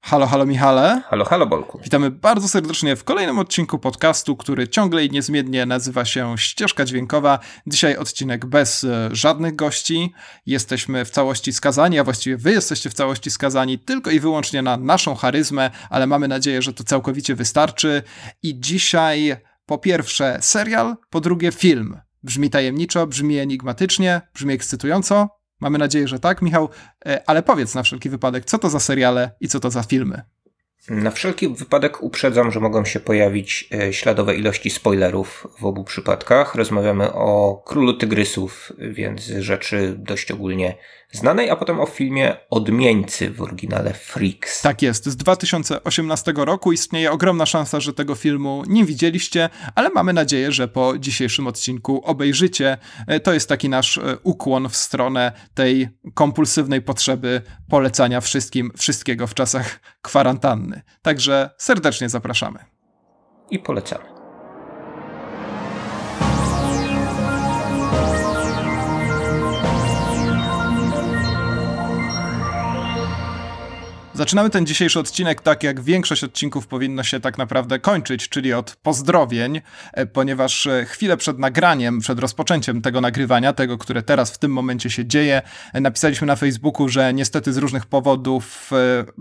Halo, halo Michale. Halo, halo Bolku. Witamy bardzo serdecznie w kolejnym odcinku podcastu, który ciągle i niezmiennie nazywa się Ścieżka Dźwiękowa. Dzisiaj odcinek bez żadnych gości. Jesteśmy w całości skazani, a właściwie wy jesteście w całości skazani tylko i wyłącznie na naszą charyzmę, ale mamy nadzieję, że to całkowicie wystarczy. I dzisiaj po pierwsze serial, po drugie film. Brzmi tajemniczo, brzmi enigmatycznie, brzmi ekscytująco. Mamy nadzieję, że tak, Michał, ale powiedz na wszelki wypadek, co to za seriale i co to za filmy? Na wszelki wypadek uprzedzam, że mogą się pojawić śladowe ilości spoilerów w obu przypadkach. Rozmawiamy o Królu Tygrysów, więc rzeczy dość ogólnie znanej, a potem o filmie Odmieńcy, w oryginale Freaks. Tak jest, z 2018 roku istnieje ogromna szansa, że tego filmu nie widzieliście, ale mamy nadzieję, że po dzisiejszym odcinku obejrzycie. To jest taki nasz ukłon w stronę tej kompulsywnej potrzeby polecania wszystkiego w czasach kwarantanny. Także serdecznie zapraszamy. I polecamy. Zaczynamy ten dzisiejszy odcinek tak, jak większość odcinków powinno się tak naprawdę kończyć, czyli od pozdrowień, ponieważ chwilę przed nagraniem, przed rozpoczęciem tego nagrywania, tego, które teraz w tym momencie się dzieje, napisaliśmy na Facebooku, że niestety z różnych powodów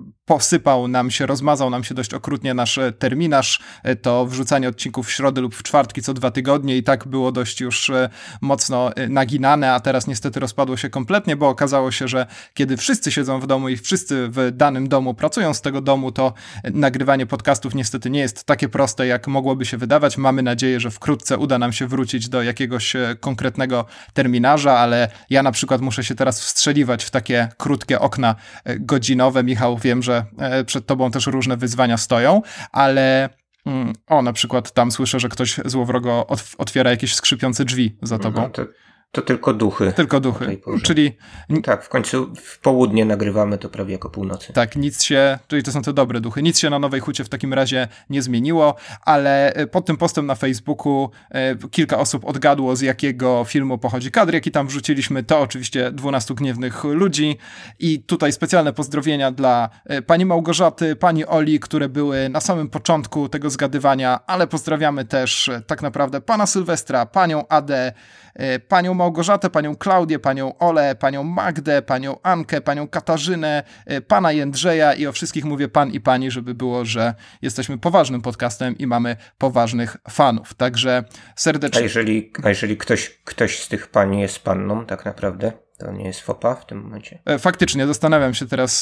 rozmazał nam się dość okrutnie nasz terminarz, to wrzucanie odcinków w środę lub w czwartki co 2 tygodnie i tak było dość już mocno naginane, a teraz niestety rozpadło się kompletnie, bo okazało się, że kiedy wszyscy siedzą w domu i wszyscy w danym domu pracują z tego domu, to nagrywanie podcastów niestety nie jest takie proste, jak mogłoby się wydawać. Mamy nadzieję, że wkrótce uda nam się wrócić do jakiegoś konkretnego terminarza, ale ja na przykład muszę się teraz wstrzeliwać w takie krótkie okna godzinowe. Michał, wiem, że przed tobą też różne wyzwania stoją, ale na przykład tam słyszę, że ktoś złowrogo otwiera jakieś skrzypiące drzwi za tobą. To tylko duchy. Tylko duchy, czyli... Tak, w końcu w południe nagrywamy, to prawie jako północy. Tak, czyli to są te dobre duchy. Nic się na Nowej Hucie w takim razie nie zmieniło, ale pod tym postem na Facebooku kilka osób odgadło, z jakiego filmu pochodzi kadr, jaki tam wrzuciliśmy. To oczywiście 12 gniewnych ludzi i tutaj specjalne pozdrowienia dla pani Małgorzaty, pani Oli, które były na samym początku tego zgadywania, ale pozdrawiamy też tak naprawdę pana Sylwestra, panią Adę, panią Małgorzatę, panią Klaudię, panią Olę, panią Magdę, panią Ankę, panią Katarzynę, pana Jędrzeja i o wszystkich mówię pan i pani, żeby było, że jesteśmy poważnym podcastem i mamy poważnych fanów. Także serdecznie... A jeżeli ktoś z tych pani jest panną, tak naprawdę? To nie jest fopa w tym momencie? Faktycznie, zastanawiam się teraz,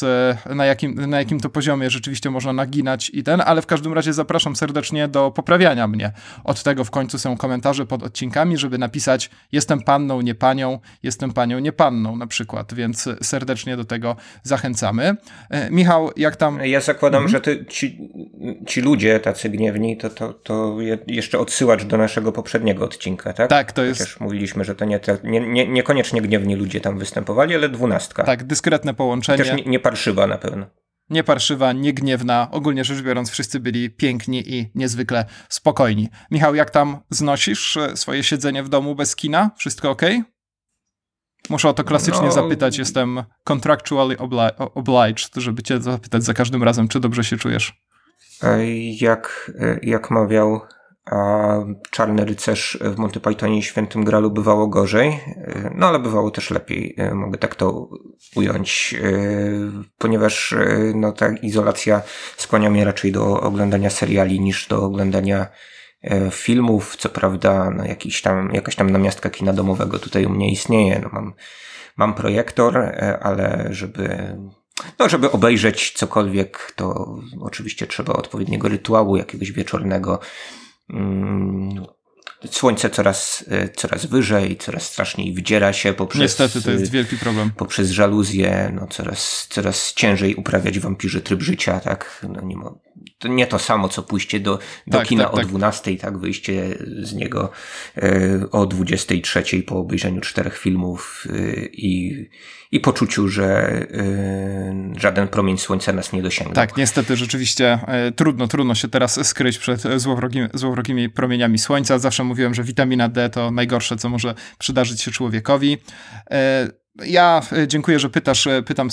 na jakim to poziomie rzeczywiście można naginać ale w każdym razie zapraszam serdecznie do poprawiania mnie. Od tego w końcu są komentarze pod odcinkami, żeby napisać jestem panną, nie panią, jestem panią, nie panną na przykład, więc serdecznie do tego zachęcamy. Michał, jak tam... Ja zakładam, że ci ludzie tacy gniewni, to jeszcze odsyłacz do naszego poprzedniego odcinka, tak? Tak, to jest... Chociaż mówiliśmy, że to niekoniecznie gniewni ludzie tam występowali, ale 12. Tak, dyskretne połączenie. Też nie parszywa na pewno. Nie parszywa, nie gniewna. Ogólnie rzecz biorąc, wszyscy byli piękni i niezwykle spokojni. Michał, jak tam znosisz swoje siedzenie w domu bez kina? Wszystko okej? Muszę o to klasycznie zapytać. Jestem contractually obliged, żeby cię zapytać za każdym razem, czy dobrze się czujesz. Jak mawiał Czarny Rycerz w Monty Pythonie i Świętym Gralu, bywało gorzej, ale bywało też lepiej, mogę tak to ująć, ponieważ ta izolacja skłania mnie raczej do oglądania seriali niż do oglądania filmów. Co prawda jakaś tam namiastka kina domowego tutaj u mnie istnieje, mam projektor, ale żeby obejrzeć cokolwiek, to oczywiście trzeba odpowiedniego rytuału, jakiegoś wieczornego. Słońce coraz wyżej, coraz straszniej wdziera się poprzez... Niestety, to jest wielki problem. Poprzez żaluzję, coraz ciężej uprawiać wampirzy tryb życia, tak? To nie to samo, co pójście do kina o 12, tak? Wyjście z niego o 23 po obejrzeniu 4 filmów i poczuciu, że żaden promień słońca nas nie dosięgnie. Tak, niestety rzeczywiście trudno się teraz skryć przed złowrogimi promieniami słońca. Zawsze mówiłem, że witamina D to najgorsze, co może przydarzyć się człowiekowi. Ja dziękuję, że pytasz,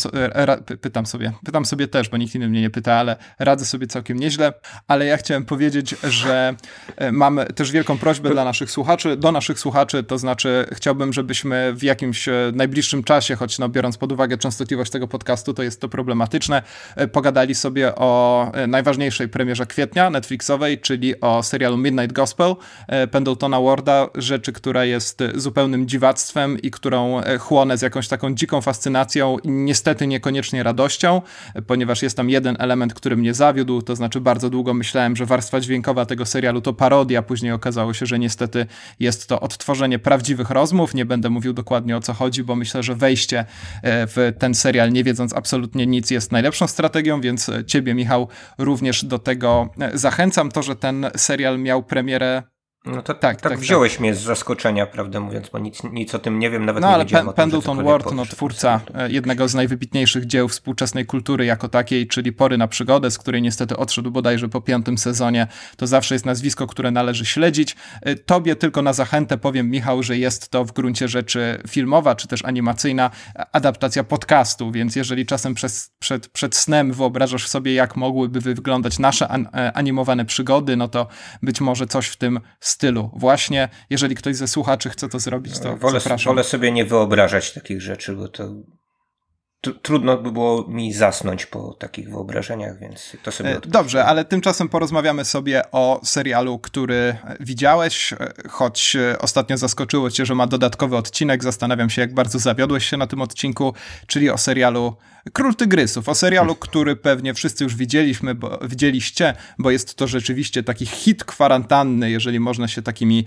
pytam sobie też, bo nikt inny mnie nie pyta, ale radzę sobie całkiem nieźle, ale ja chciałem powiedzieć, że mam też wielką prośbę do naszych słuchaczy, to znaczy chciałbym, żebyśmy w jakimś najbliższym czasie, choć no, biorąc pod uwagę częstotliwość tego podcastu, to jest to problematyczne, pogadali sobie o najważniejszej premierze kwietnia Netflixowej, czyli o serialu Midnight Gospel Pendletona Warda, rzeczy, która jest zupełnym dziwactwem i którą chłonę z jakąś taką dziką fascynacją i niestety niekoniecznie radością, ponieważ jest tam jeden element, który mnie zawiódł, to znaczy bardzo długo myślałem, że warstwa dźwiękowa tego serialu to parodia, później okazało się, że niestety jest to odtworzenie prawdziwych rozmów, nie będę mówił dokładnie o co chodzi, bo myślę, że wejście w ten serial nie wiedząc absolutnie nic jest najlepszą strategią, więc ciebie, Michał, również do tego zachęcam. To, że ten serial miał premierę. No to tak wziąłeś mnie z zaskoczenia, prawdę mówiąc, bo nic o tym nie wiem, nawet nie wiedziałem o tym, Pendleton Ward, twórca jednego z najwybitniejszych dzieł współczesnej kultury jako takiej, czyli Pory na przygodę, z której niestety odszedł bodajże po 5. sezonie. To zawsze jest nazwisko, które należy śledzić. Tobie tylko na zachętę powiem, Michał, że jest to w gruncie rzeczy filmowa, czy też animacyjna adaptacja podcastu, więc jeżeli czasem przed snem wyobrażasz sobie, jak mogłyby wyglądać nasze animowane przygody, no to być może coś w tym stylu. Właśnie, jeżeli ktoś ze słuchaczy chce to zrobić, to zapraszam. Wolę sobie nie wyobrażać takich rzeczy, bo to trudno by było mi zasnąć po takich wyobrażeniach, więc to sobie odpuszczę. Dobrze, ale tymczasem porozmawiamy sobie o serialu, który widziałeś, choć ostatnio zaskoczyło cię, że ma dodatkowy odcinek. Zastanawiam się, jak bardzo zawiodłeś się na tym odcinku, czyli o serialu Król Tygrysów. O serialu, który pewnie wszyscy już widzieliście, bo jest to rzeczywiście taki hit kwarantanny, jeżeli można się takimi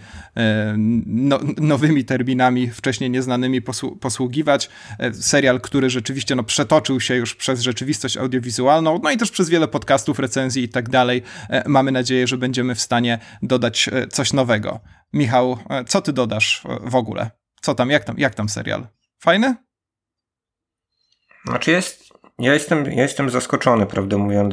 nowymi terminami wcześniej nieznanymi posługiwać. Serial, który rzeczywiście przetoczył się już przez rzeczywistość audiowizualną, no i też przez wiele podcastów, recenzji i tak dalej. Mamy nadzieję, że będziemy w stanie dodać coś nowego. Michał, co ty dodasz w ogóle? Co tam, jak tam serial? Fajny? Znaczy ja jestem zaskoczony, prawdę mówiąc,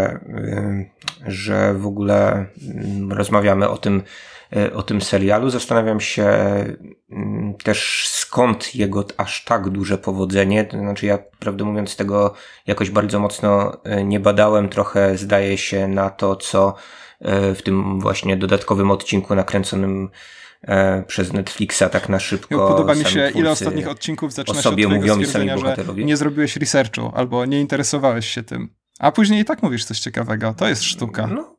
że w ogóle rozmawiamy o tym serialu. Zastanawiam się też, skąd jego aż tak duże powodzenie. To znaczy ja, prawdę mówiąc, tego jakoś bardzo mocno nie badałem. Trochę zdaje się na to, co w tym właśnie dodatkowym odcinku nakręconym przez Netflixa tak na szybko. Podoba mi się, ile ostatnich odcinków zaczyna się od twojego stwierdzenia, że nie zrobiłeś researchu albo nie interesowałeś się tym. A później i tak mówisz coś ciekawego. To jest sztuka. No.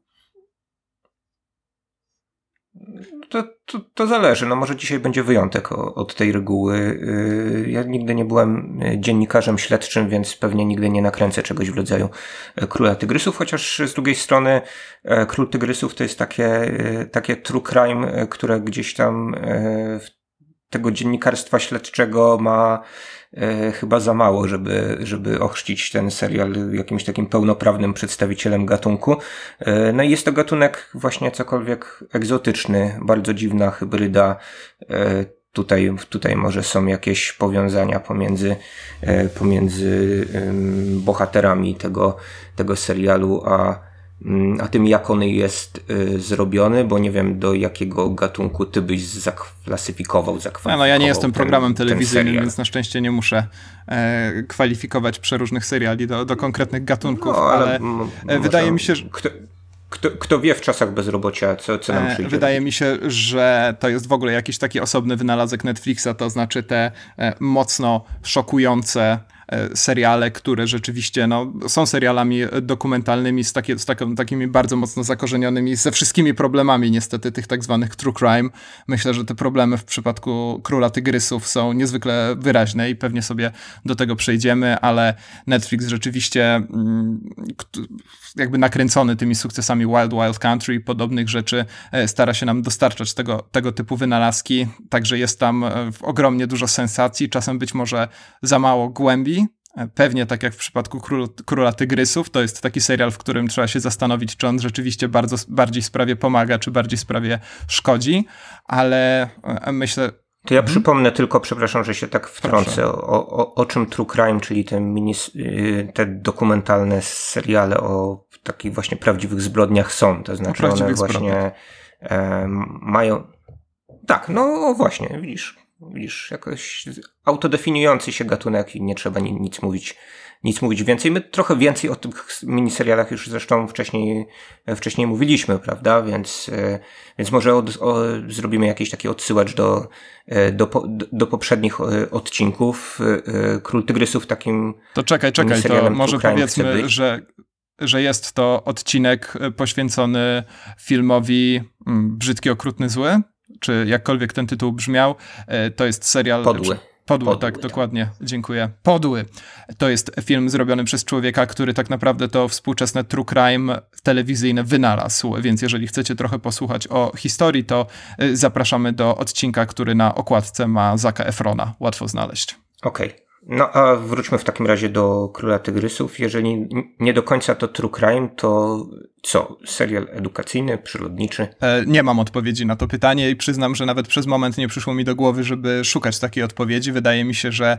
To zależy. No może dzisiaj będzie wyjątek od tej reguły. Ja nigdy nie byłem dziennikarzem śledczym, więc pewnie nigdy nie nakręcę czegoś w rodzaju Króla Tygrysów, chociaż z drugiej strony Król Tygrysów to jest takie true crime, które gdzieś tam tego dziennikarstwa śledczego ma chyba za mało, żeby ochrzcić ten serial jakimś takim pełnoprawnym przedstawicielem gatunku. No i jest to gatunek właśnie cokolwiek egzotyczny, bardzo dziwna hybryda. Tutaj może są jakieś powiązania pomiędzy bohaterami tego serialu, a tym, jak on jest zrobiony, bo nie wiem, do jakiego gatunku ty byś zakwalifikował. No ja nie jestem programem telewizyjnym, więc na szczęście nie muszę kwalifikować przeróżnych seriali do konkretnych gatunków, no, ale wydaje mi się, że kto wie w czasach bezrobocia, co nam przyjdzie. Wydaje mi się, że to jest w ogóle jakiś taki osobny wynalazek Netflixa, to znaczy te mocno szokujące seriale, które rzeczywiście są serialami dokumentalnymi z takimi bardzo mocno zakorzenionymi ze wszystkimi problemami niestety tych tak zwanych true crime. Myślę, że te problemy w przypadku Króla Tygrysów są niezwykle wyraźne i pewnie sobie do tego przejdziemy, ale Netflix rzeczywiście jakby nakręcony tymi sukcesami Wild Wild Country i podobnych rzeczy stara się nam dostarczać tego typu wynalazki, także jest tam ogromnie dużo sensacji, czasem być może za mało głębi. Pewnie tak jak w przypadku Króla Tygrysów, to jest taki serial, w którym trzeba się zastanowić, czy on rzeczywiście bardziej sprawie pomaga, czy bardziej sprawie szkodzi, ale myślę... To ja przypomnę tylko, przepraszam, że się tak wtrącę, o czym True Crime, czyli te dokumentalne seriale o takich właśnie prawdziwych zbrodniach są. To znaczy one właśnie mają... Tak, no właśnie, widzisz. widzisz, jakoś autodefiniujący się gatunek i nie trzeba nic mówić więcej. My trochę więcej o tych miniserialach już zresztą wcześniej mówiliśmy, prawda? Więc może zrobimy jakiś taki odsyłacz do poprzednich odcinków. Król Tygrysów takim... To czekaj, to może powiedzmy, że jest to odcinek poświęcony filmowi Brzydki, okrutny, zły, czy jakkolwiek ten tytuł brzmiał. To jest serial... Podły, tak, dokładnie. Dziękuję. Podły. To jest film zrobiony przez człowieka, który tak naprawdę to współczesne true crime telewizyjne wynalazł, więc jeżeli chcecie trochę posłuchać o historii, to zapraszamy do odcinka, który na okładce ma Zacka Efrona. Łatwo znaleźć. Okej. No a wróćmy w takim razie do Króla Tygrysów. Jeżeli nie do końca to true crime, to co? Serial edukacyjny, przyrodniczy? Nie mam odpowiedzi na to pytanie i przyznam, że nawet przez moment nie przyszło mi do głowy, żeby szukać takiej odpowiedzi. Wydaje mi się, że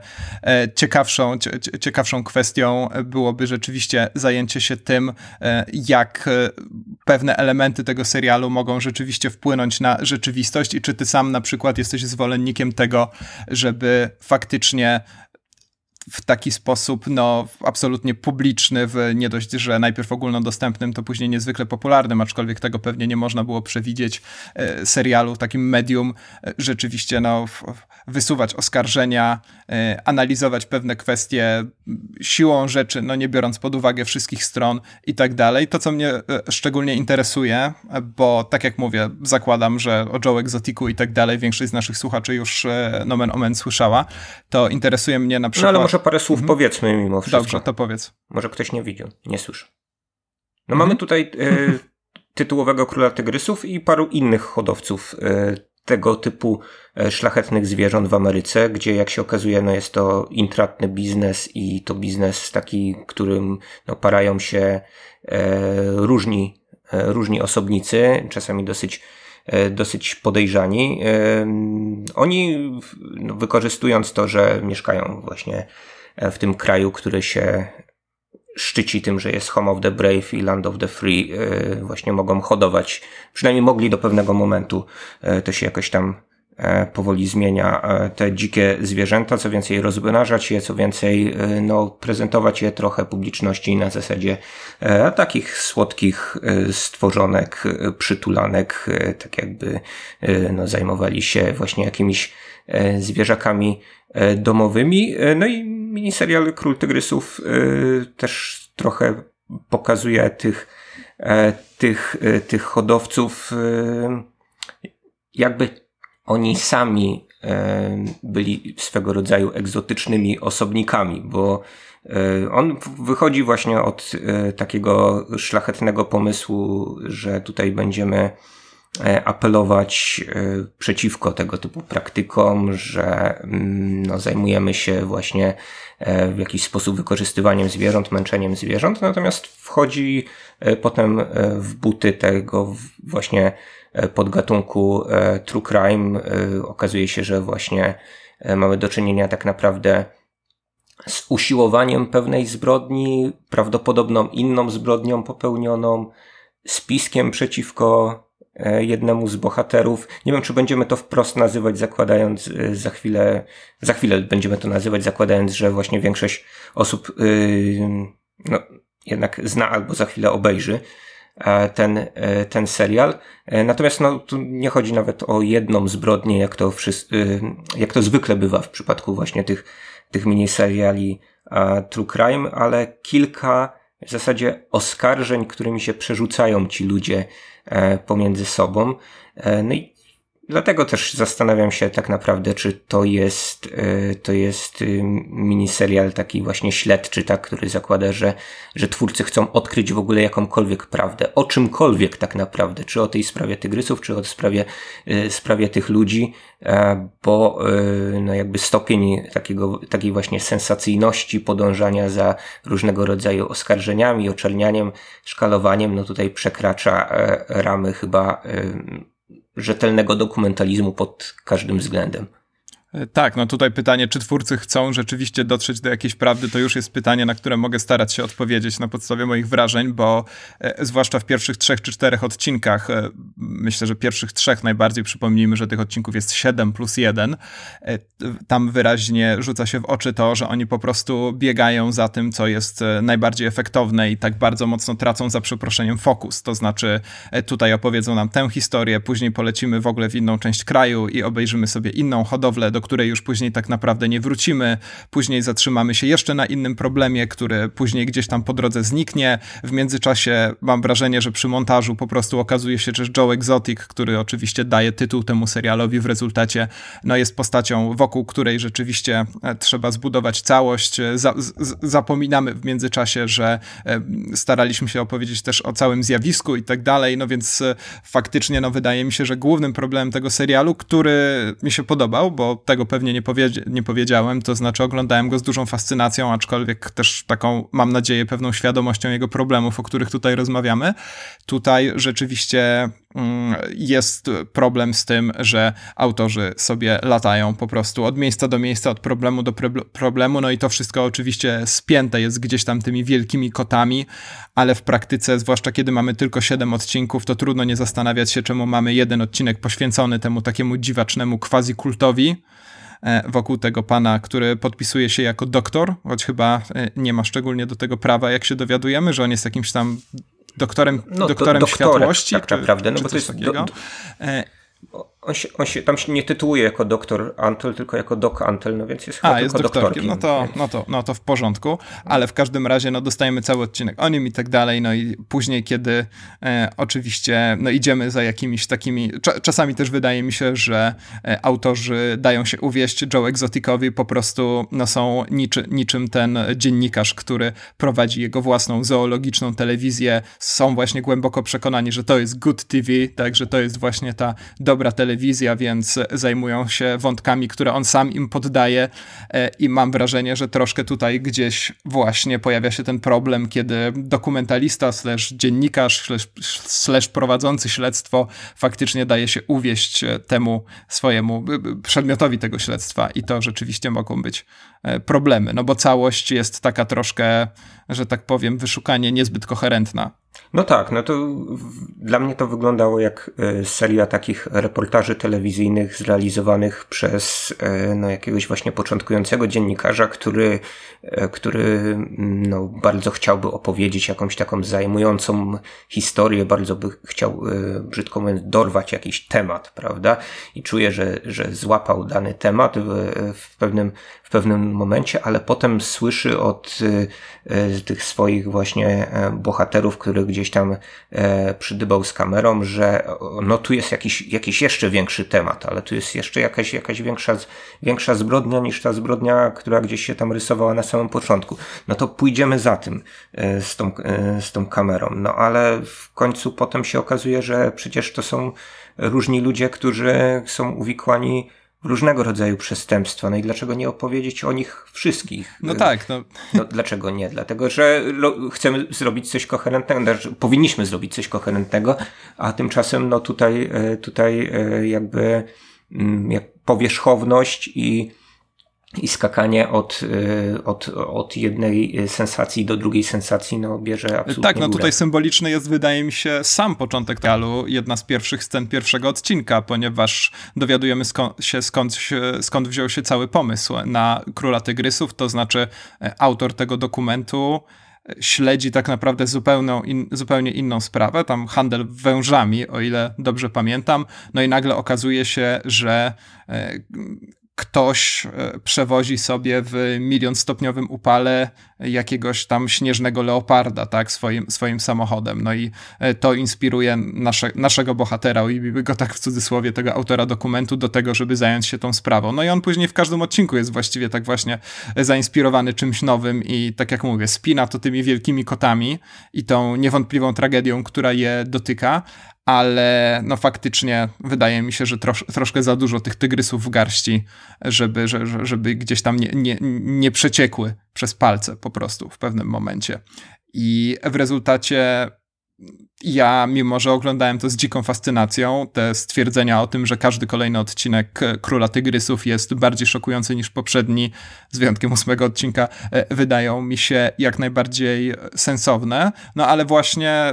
ciekawszą kwestią byłoby rzeczywiście zajęcie się tym, jak pewne elementy tego serialu mogą rzeczywiście wpłynąć na rzeczywistość i czy ty sam na przykład jesteś zwolennikiem tego, żeby faktycznie w taki sposób, absolutnie publiczny, nie dość, że najpierw ogólnodostępnym, to później niezwykle popularnym, aczkolwiek tego pewnie nie można było przewidzieć, serialu, takim medium, rzeczywiście, wysuwać oskarżenia, analizować pewne kwestie siłą rzeczy, nie biorąc pod uwagę wszystkich stron i tak dalej. To, co mnie szczególnie interesuje, bo tak jak mówię, zakładam, że o Joe Exoticu i tak dalej większość z naszych słuchaczy już nomen omen słyszała, to interesuje mnie na przykład... No ale może parę słów powiedzmy mimo wszystko. Dobrze, to powiedz. Może ktoś nie widział, nie słyszy. Mamy tutaj tytułowego Króla Tygrysów i paru innych hodowców tego typu szlachetnych zwierząt w Ameryce, gdzie jak się okazuje, jest to intratny biznes i to biznes taki, którym parają się różni osobnicy, czasami dosyć podejrzani. Oni, wykorzystując to, że mieszkają właśnie w tym kraju, który się szczyci tym, że jest Home of the Brave i Land of the Free, właśnie mogą hodować, przynajmniej mogli do pewnego momentu, to się jakoś tam powoli zmienia, te dzikie zwierzęta, co więcej rozmnażać je, co więcej prezentować je trochę publiczności na zasadzie takich słodkich stworzonek, przytulanek, tak jakby zajmowali się właśnie jakimiś zwierzakami domowymi. No i miniserial Król Tygrysów też trochę pokazuje tych hodowców, jakby oni sami byli swego rodzaju egzotycznymi osobnikami, bo on wychodzi właśnie od takiego szlachetnego pomysłu, że tutaj będziemy apelować przeciwko tego typu praktykom, że zajmujemy się właśnie w jakiś sposób wykorzystywaniem zwierząt, męczeniem zwierząt, natomiast wchodzi potem w buty tego właśnie podgatunku true crime. Okazuje się, że właśnie mamy do czynienia tak naprawdę z usiłowaniem pewnej zbrodni, prawdopodobną inną zbrodnią popełnioną, spiskiem przeciwko jednemu z bohaterów. Nie wiem, czy będziemy to wprost nazywać, zakładając za chwilę będziemy to nazywać, zakładając, że właśnie większość osób jednak zna albo za chwilę obejrzy ten serial. Natomiast tu nie chodzi nawet o jedną zbrodnię, jak to zwykle bywa w przypadku właśnie tych miniseriali true crime, ale kilka w zasadzie oskarżeń, którymi się przerzucają ci ludzie pomiędzy sobą. No i dlatego też zastanawiam się tak naprawdę, czy to jest miniserial taki właśnie śledczy, tak, który zakłada, że twórcy chcą odkryć w ogóle jakąkolwiek prawdę, o czymkolwiek tak naprawdę, czy o tej sprawie tygrysów, czy o sprawie tych ludzi, bo jakby stopień takiej właśnie sensacyjności, podążania za różnego rodzaju oskarżeniami, oczernianiem, szkalowaniem, tutaj przekracza ramy chyba rzetelnego dokumentalizmu pod każdym względem. Tak, no tutaj pytanie, czy twórcy chcą rzeczywiście dotrzeć do jakiejś prawdy, to już jest pytanie, na które mogę starać się odpowiedzieć na podstawie moich wrażeń, bo zwłaszcza w pierwszych 3 czy 4 odcinkach, myślę, że pierwszych 3 najbardziej, przypomnijmy, że tych odcinków jest 7+1, tam wyraźnie rzuca się w oczy to, że oni po prostu biegają za tym, co jest najbardziej efektowne i tak bardzo mocno tracą, za przeproszeniem, fokus. To znaczy tutaj opowiedzą nam tę historię, później polecimy w ogóle w inną część kraju i obejrzymy sobie inną hodowlę, do której już później tak naprawdę nie wrócimy. Później zatrzymamy się jeszcze na innym problemie, który później gdzieś tam po drodze zniknie. W międzyczasie mam wrażenie, że przy montażu po prostu okazuje się, że Joe Exotic, który oczywiście daje tytuł temu serialowi w rezultacie, no jest postacią, wokół której rzeczywiście trzeba zbudować całość. Zapominamy w międzyczasie, że staraliśmy się opowiedzieć też o całym zjawisku i tak dalej, no więc faktycznie no wydaje mi się, że głównym problemem tego serialu, który mi się podobał, bo tego pewnie nie powiedziałem, to znaczy oglądałem go z dużą fascynacją, aczkolwiek też taką, mam nadzieję, pewną świadomością jego problemów, o których tutaj rozmawiamy. Tutaj rzeczywiście jest problem z tym, że autorzy sobie latają po prostu od miejsca do miejsca, od problemu do problemu, no i to wszystko oczywiście spięte jest gdzieś tam tymi wielkimi kotami, ale w praktyce, zwłaszcza kiedy mamy tylko 7 odcinków, to trudno nie zastanawiać się, czemu mamy jeden odcinek poświęcony temu takiemu dziwacznemu quasi-kultowi wokół tego pana, który podpisuje się jako doktor, choć chyba nie ma szczególnie do tego prawa, jak się dowiadujemy, że on jest jakimś tam doktorem światłości, tak naprawdę, no czy bo to jest takiego. On się tam się nie tytułuje jako doktor Antle, tylko jako Doc Antle, no więc jest chyba tylko doktorkiem. No to w porządku, ale w każdym razie no dostajemy cały odcinek o nim i tak dalej, no i później, kiedy oczywiście no idziemy za jakimiś takimi, czasami też wydaje mi się, że autorzy dają się uwieść Joe Exoticowi, po prostu no są niczym ten dziennikarz, który prowadzi jego własną zoologiczną telewizję, są właśnie głęboko przekonani, że to jest good TV, tak, że to jest właśnie ta dobra telewizja, więc zajmują się wątkami, które on sam im poddaje i mam wrażenie, że troszkę tutaj gdzieś właśnie pojawia się ten problem, kiedy dokumentalista / dziennikarz / prowadzący śledztwo faktycznie daje się uwieść temu swojemu przedmiotowi tego śledztwa i to rzeczywiście mogą być problemy, no bo całość jest taka troszkę, że tak powiem, wyszukanie niezbyt koherentna. No tak, no to dla mnie to wyglądało jak seria takich reportaży telewizyjnych zrealizowanych przez no, jakiegoś właśnie początkującego dziennikarza, który no, bardzo chciałby opowiedzieć jakąś taką zajmującą historię, bardzo by chciał, brzydko mówiąc, dorwać jakiś temat, prawda? I czuję, że złapał dany temat w pewnym momencie, ale potem słyszy od tych swoich właśnie bohaterów, których gdzieś tam przydybał z kamerą, że no tu jest jakiś jeszcze większy temat, ale tu jest jeszcze jakaś większa zbrodnia niż ta zbrodnia, która gdzieś się tam rysowała na samym początku. No to pójdziemy za tym z tą kamerą. No ale w końcu potem się okazuje, że przecież to są różni ludzie, którzy są uwikłani różnego rodzaju przestępstwa. No i dlaczego nie opowiedzieć o nich wszystkich? No tak. No dlaczego nie? Dlatego, że chcemy zrobić coś koherentnego, powinniśmy zrobić coś koherentnego, a tymczasem no tutaj jakby powierzchowność i skakanie od jednej sensacji do drugiej sensacji, no bierze absolutnie Tak, no górę. tutaj symboliczny jest, wydaje mi się, sam początek serialu, jedna z pierwszych scen pierwszego odcinka, ponieważ dowiadujemy skąd wziął się cały pomysł na Króla Tygrysów, to znaczy autor tego dokumentu śledzi tak naprawdę zupełnie inną sprawę, tam handel wężami, o ile dobrze pamiętam, no i nagle okazuje się, że ktoś przewozi sobie w 1-stopniowym upale jakiegoś tam śnieżnego leoparda, tak, swoim samochodem. No i to inspiruje naszego bohatera, ujmijmy go tak w cudzysłowie, tego autora dokumentu, do tego, żeby zająć się tą sprawą. No i on później w każdym odcinku jest właściwie tak właśnie zainspirowany czymś nowym i tak jak mówię, spina to tymi wielkimi kotami i tą niewątpliwą tragedią, która je dotyka, ale no faktycznie wydaje mi się, że troszkę za dużo tych tygrysów w garści, żeby gdzieś tam nie przeciekły przez palce po prostu w pewnym momencie. I w rezultacie ja, mimo że oglądałem to z dziką fascynacją, te stwierdzenia o tym, że każdy kolejny odcinek Króla Tygrysów jest bardziej szokujący niż poprzedni, z wyjątkiem 8 odcinka, wydają mi się jak najbardziej sensowne. No ale właśnie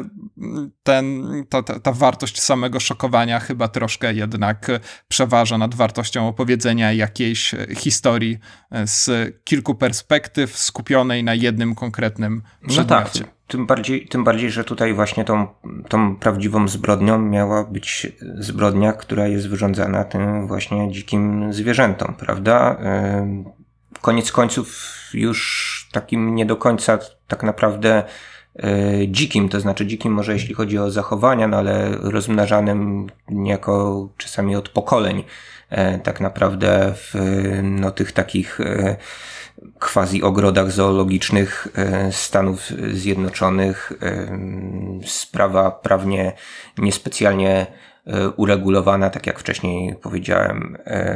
ta wartość samego szokowania chyba troszkę jednak przeważa nad wartością opowiedzenia jakiejś historii z kilku perspektyw skupionej na jednym konkretnym przedmiocie. No tak. Tym bardziej, że tutaj właśnie tą prawdziwą zbrodnią miała być zbrodnia, która jest wyrządzana tym właśnie dzikim zwierzętom, prawda? Koniec końców już takim nie do końca tak naprawdę dzikim, to znaczy dzikim może jeśli chodzi o zachowania, no ale rozmnażanym niejako czasami od pokoleń tak naprawdę w tych takich quasi ogrodach zoologicznych Stanów Zjednoczonych. Sprawa prawnie niespecjalnie uregulowana, tak jak wcześniej powiedziałem.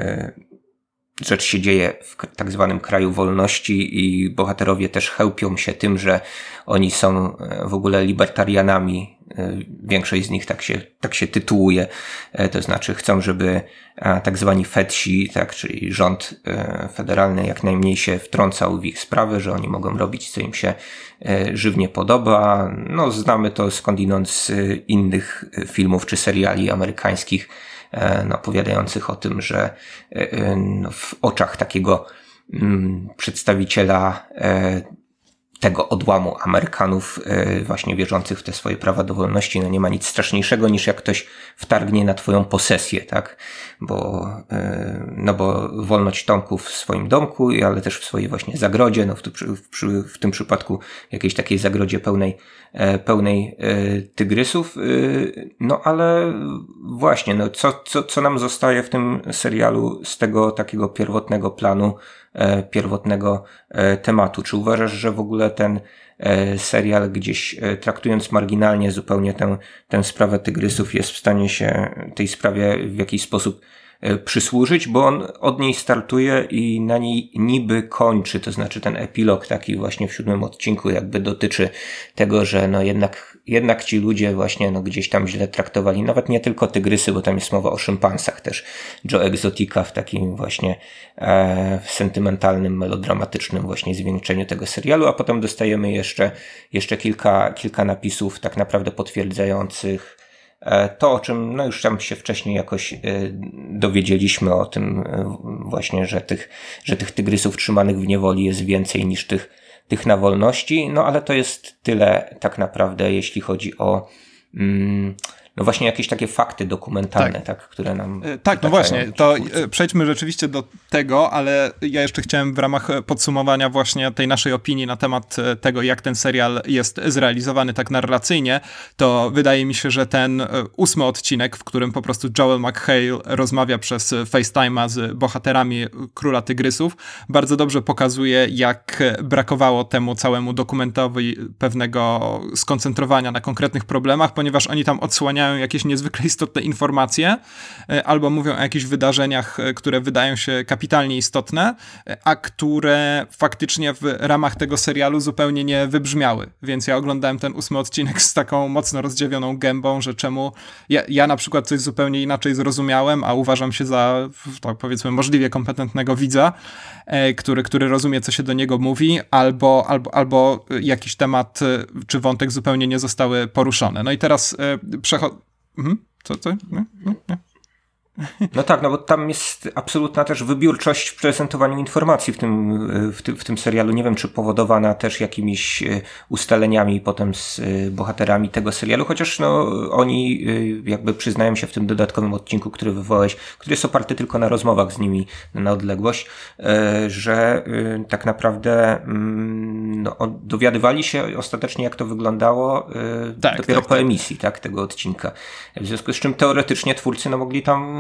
Rzecz się dzieje w tak zwanym kraju wolności i bohaterowie też chełpią się tym, że oni są w ogóle libertarianami. Większość z nich tak się tytułuje. To znaczy chcą, żeby tak zwani fedsi, tak, czyli rząd federalny jak najmniej się wtrącał w ich sprawy, że oni mogą robić, co im się żywnie podoba. No, znamy to skądinąd z innych filmów czy seriali amerykańskich, opowiadających o tym, że w oczach takiego przedstawiciela tego odłamu Amerykanów właśnie wierzących w te swoje prawa do wolności, nie ma nic straszniejszego niż jak ktoś wtargnie na twoją posesję, tak? Bo wolność Tomków w swoim domku, ale też w swojej właśnie zagrodzie, w tym przypadku jakiejś takiej zagrodzie pełnej tygrysów. Ale właśnie, co nam zostaje w tym serialu z tego takiego pierwotnego planu, pierwotnego tematu? Czy uważasz, że w ogóle ten serial gdzieś traktując marginalnie zupełnie tę sprawę tygrysów jest w stanie się tej sprawie w jakiś sposób przysłużyć, bo on od niej startuje i na niej niby kończy, to znaczy ten epilog taki właśnie w 7 odcinku jakby dotyczy tego, że jednak ci ludzie właśnie gdzieś tam źle traktowali, nawet nie tylko tygrysy, bo tam jest mowa o szympansach też, Joe Exotica w takim właśnie sentymentalnym, melodramatycznym właśnie zwieńczeniu tego serialu, a potem dostajemy jeszcze kilka napisów tak naprawdę potwierdzających to, o czym już tam się wcześniej jakoś dowiedzieliśmy o tym właśnie, że tych tygrysów trzymanych w niewoli jest więcej niż tych na wolności, ale to jest tyle tak naprawdę, jeśli chodzi o właśnie jakieś takie fakty dokumentalne, tak które nam... Tak, no właśnie, to przejdźmy rzeczywiście do tego, ale ja jeszcze chciałem w ramach podsumowania właśnie tej naszej opinii na temat tego, jak ten serial jest zrealizowany tak narracyjnie, to wydaje mi się, że ten 8 odcinek, w którym po prostu Joel McHale rozmawia przez FaceTime'a z bohaterami Króla Tygrysów, bardzo dobrze pokazuje, jak brakowało temu całemu dokumentowi pewnego skoncentrowania na konkretnych problemach, ponieważ oni tam odsłaniają jakieś niezwykle istotne informacje, albo mówią o jakichś wydarzeniach, które wydają się kapitalnie istotne, a które faktycznie w ramach tego serialu zupełnie nie wybrzmiały. Więc ja oglądałem ten 8 odcinek z taką mocno rozdziawioną gębą, że czemu ja na przykład coś zupełnie inaczej zrozumiałem, a uważam się za, tak powiedzmy, możliwie kompetentnego widza, który rozumie, co się do niego mówi, albo jakiś temat czy wątek zupełnie nie zostały poruszone. No i teraz Co? Nie. No tak, bo tam jest absolutna też wybiórczość w prezentowaniu informacji w tym serialu. Nie wiem, czy powodowana też jakimiś ustaleniami potem z bohaterami tego serialu, chociaż oni jakby przyznają się w tym dodatkowym odcinku, który wywołałeś, który jest oparty tylko na rozmowach z nimi na odległość, że tak naprawdę dowiadywali się ostatecznie, jak to wyglądało dopiero po emisji tego odcinka. W związku z czym teoretycznie twórcy mogli tam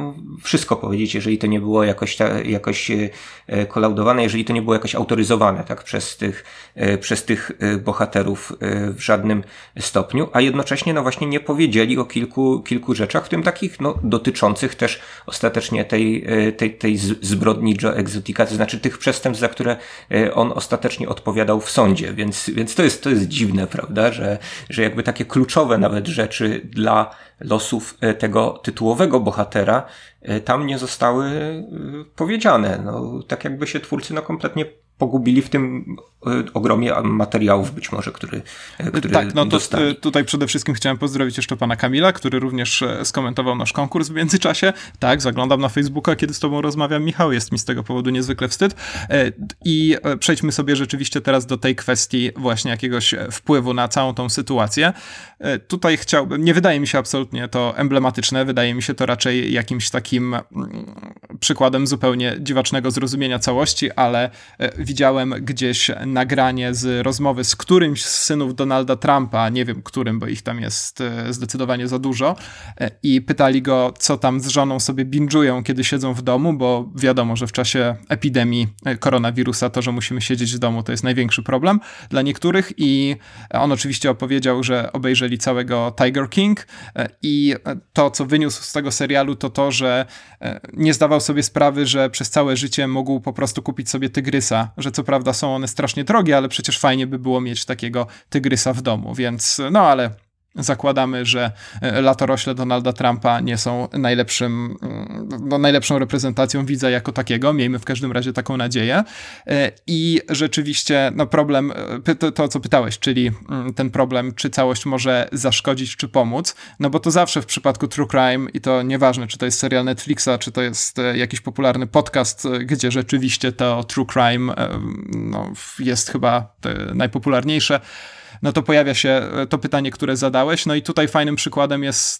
mogą wszystko powiedzieć, jeżeli to nie było jakoś kolaudowane, jeżeli to nie było jakoś autoryzowane, tak, przez tych bohaterów w żadnym stopniu, a jednocześnie no właśnie nie powiedzieli o kilku rzeczach, w tym takich no dotyczących też ostatecznie tej zbrodni Joe Exotica, to znaczy tych przestępstw, za które on ostatecznie odpowiadał w sądzie, więc to jest dziwne, prawda, że jakby takie kluczowe nawet rzeczy dla losów tego tytułowego bohatera tam nie zostały powiedziane. No, tak jakby się twórcy no kompletnie pogubili w tym ogromie materiałów być może, który tak, no dostali. Tutaj przede wszystkim chciałem pozdrowić jeszcze pana Kamila, który również skomentował nasz konkurs w międzyczasie. Tak, zaglądam na Facebooka, kiedy z tobą rozmawiam, Michał, jest mi z tego powodu niezwykle wstyd. I przejdźmy sobie rzeczywiście teraz do tej kwestii właśnie jakiegoś wpływu na całą tą sytuację. Tutaj chciałbym, nie wydaje mi się absolutnie to emblematyczne, wydaje mi się to raczej jakimś takim przykładem zupełnie dziwacznego zrozumienia całości, ale widziałem gdzieś nagranie z rozmowy z którymś z synów Donalda Trumpa, nie wiem którym, bo ich tam jest zdecydowanie za dużo, i pytali go, co tam z żoną sobie binge'ują, kiedy siedzą w domu, bo wiadomo, że w czasie epidemii koronawirusa to, że musimy siedzieć w domu, to jest największy problem dla niektórych, i on oczywiście opowiedział, że obejrzeli całego Tiger King i to, co wyniósł z tego serialu, to, że nie zdawał sobie sprawy, że przez całe życie mógł po prostu kupić sobie tygrysa, że co prawda są one strasznie drogie, ale przecież fajnie by było mieć takiego tygrysa w domu, więc no ale zakładamy, że latorośle Donalda Trumpa nie są najlepszą reprezentacją widza jako takiego. Miejmy w każdym razie taką nadzieję. I rzeczywiście no problem, to co pytałeś, czyli ten problem, czy całość może zaszkodzić, czy pomóc, no bo to zawsze w przypadku True Crime, i to nieważne, czy to jest serial Netflixa, czy to jest jakiś popularny podcast, gdzie rzeczywiście to True Crime no, jest chyba najpopularniejsze, no to pojawia się to pytanie, które zadałeś. No i tutaj fajnym przykładem jest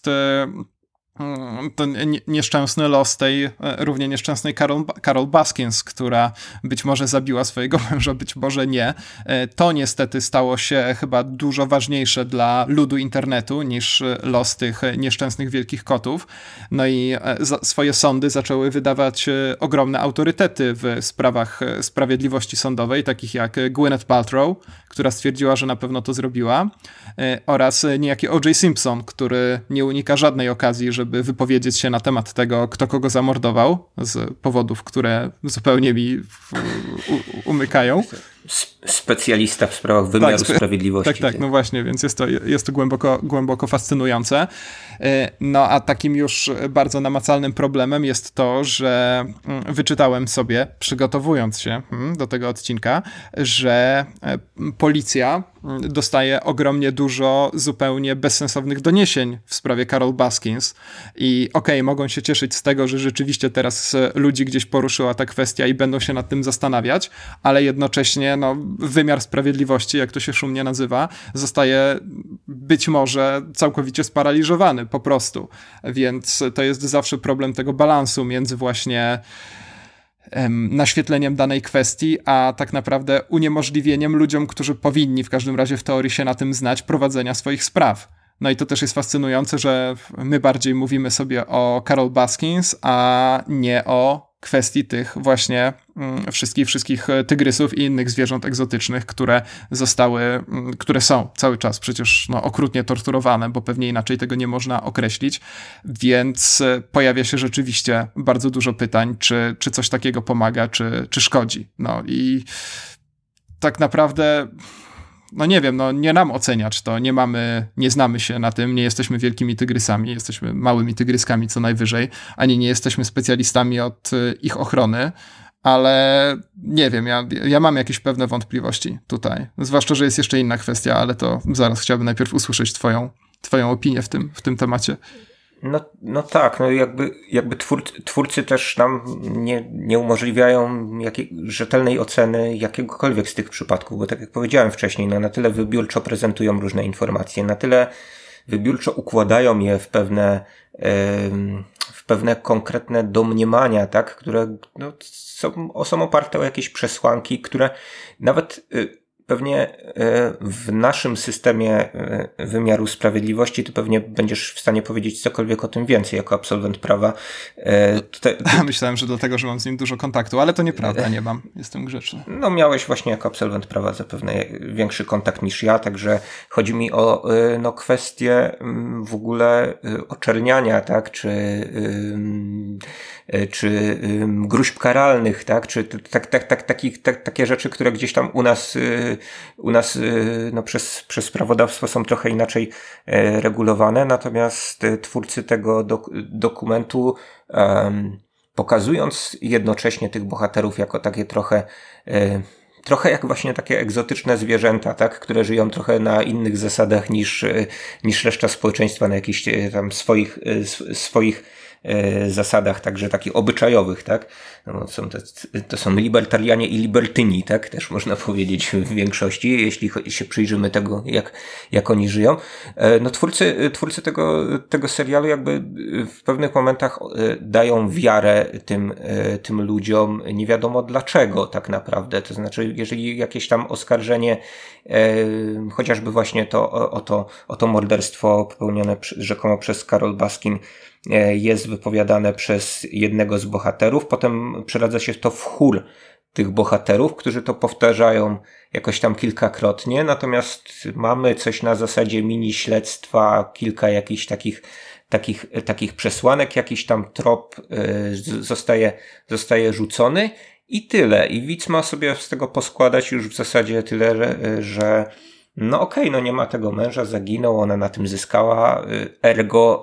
ten nieszczęsny los tej równie nieszczęsnej Carol Baskins, która być może zabiła swojego męża, być może nie. To niestety stało się chyba dużo ważniejsze dla ludu internetu niż los tych nieszczęsnych wielkich kotów. No i swoje sądy zaczęły wydawać ogromne autorytety w sprawach sprawiedliwości sądowej, takich jak Gwyneth Paltrow, która stwierdziła, że na pewno to zrobiła, oraz niejaki O.J. Simpson, który nie unika żadnej okazji, żeby wypowiedzieć się na temat tego, kto kogo zamordował, z powodów, które zupełnie mi umykają. Specjalista w sprawach wymiaru sprawiedliwości. Tak, no właśnie, więc jest to głęboko fascynujące. No a takim już bardzo namacalnym problemem jest to, że wyczytałem sobie, przygotowując się do tego odcinka, że policja dostaje ogromnie dużo zupełnie bezsensownych doniesień w sprawie Carol Baskins i mogą się cieszyć z tego, że rzeczywiście teraz ludzi gdzieś poruszyła ta kwestia i będą się nad tym zastanawiać, ale jednocześnie no, wymiar sprawiedliwości, jak to się szumnie nazywa, zostaje być może całkowicie sparaliżowany po prostu. Więc to jest zawsze problem tego balansu między właśnie naświetleniem danej kwestii, a tak naprawdę uniemożliwieniem ludziom, którzy powinni w każdym razie w teorii się na tym znać, prowadzenia swoich spraw. No i to też jest fascynujące, że my bardziej mówimy sobie o Carol Baskins, a nie o kwestii tych właśnie wszystkich tygrysów i innych zwierząt egzotycznych, które są cały czas przecież no, okrutnie torturowane, bo pewnie inaczej tego nie można określić, więc pojawia się rzeczywiście bardzo dużo pytań, czy coś takiego pomaga, czy szkodzi. No i tak naprawdę no nie wiem, no nie nam oceniać to, nie znamy się na tym, nie jesteśmy wielkimi tygrysami, jesteśmy małymi tygryskami co najwyżej, ani nie jesteśmy specjalistami od ich ochrony, ale nie wiem, ja mam jakieś pewne wątpliwości tutaj, zwłaszcza, że jest jeszcze inna kwestia, ale to zaraz chciałbym najpierw usłyszeć twoją opinię w tym temacie. No tak, no jakby twórcy też nam nie umożliwiają rzetelnej oceny jakiegokolwiek z tych przypadków, bo tak jak powiedziałem wcześniej, no na tyle wybiórczo prezentują różne informacje, na tyle wybiórczo układają je w pewne konkretne domniemania, tak, które no, są oparte o jakieś przesłanki, które nawet pewnie w naszym systemie wymiaru sprawiedliwości ty pewnie będziesz w stanie powiedzieć cokolwiek o tym więcej jako absolwent prawa. Myślałem, że dlatego, że mam z nim dużo kontaktu, ale to nieprawda, nie mam. Jestem grzeczny. No miałeś właśnie jako absolwent prawa zapewne większy kontakt niż ja, także chodzi mi o kwestię w ogóle oczerniania, tak, czy gróźb karalnych, tak, czy takie rzeczy, które gdzieś tam u nas przez prawodawstwo są trochę inaczej regulowane, natomiast twórcy tego dokumentu pokazując jednocześnie tych bohaterów jako takie trochę jak właśnie takie egzotyczne zwierzęta, tak, które żyją trochę na innych zasadach niż reszta społeczeństwa, na jakichś tam swoich zasadach, także takich obyczajowych, tak? No, to są libertarianie i libertyni, tak? Też można powiedzieć w większości, jeśli się przyjrzymy tego, jak oni żyją. No twórcy tego serialu jakby w pewnych momentach dają wiarę tym ludziom, nie wiadomo dlaczego tak naprawdę. To znaczy, jeżeli jakieś tam oskarżenie, chociażby właśnie o to morderstwo popełnione rzekomo przez Carole Baskin, jest wypowiadane przez jednego z bohaterów, potem przeradza się to w chór tych bohaterów, którzy to powtarzają jakoś tam kilkakrotnie, natomiast mamy coś na zasadzie mini śledztwa, kilka jakichś takich przesłanek, jakiś tam trop zostaje rzucony i tyle. I widz ma sobie z tego poskładać już w zasadzie tyle, że no okej, no nie ma tego męża, zaginął, ona na tym zyskała, ergo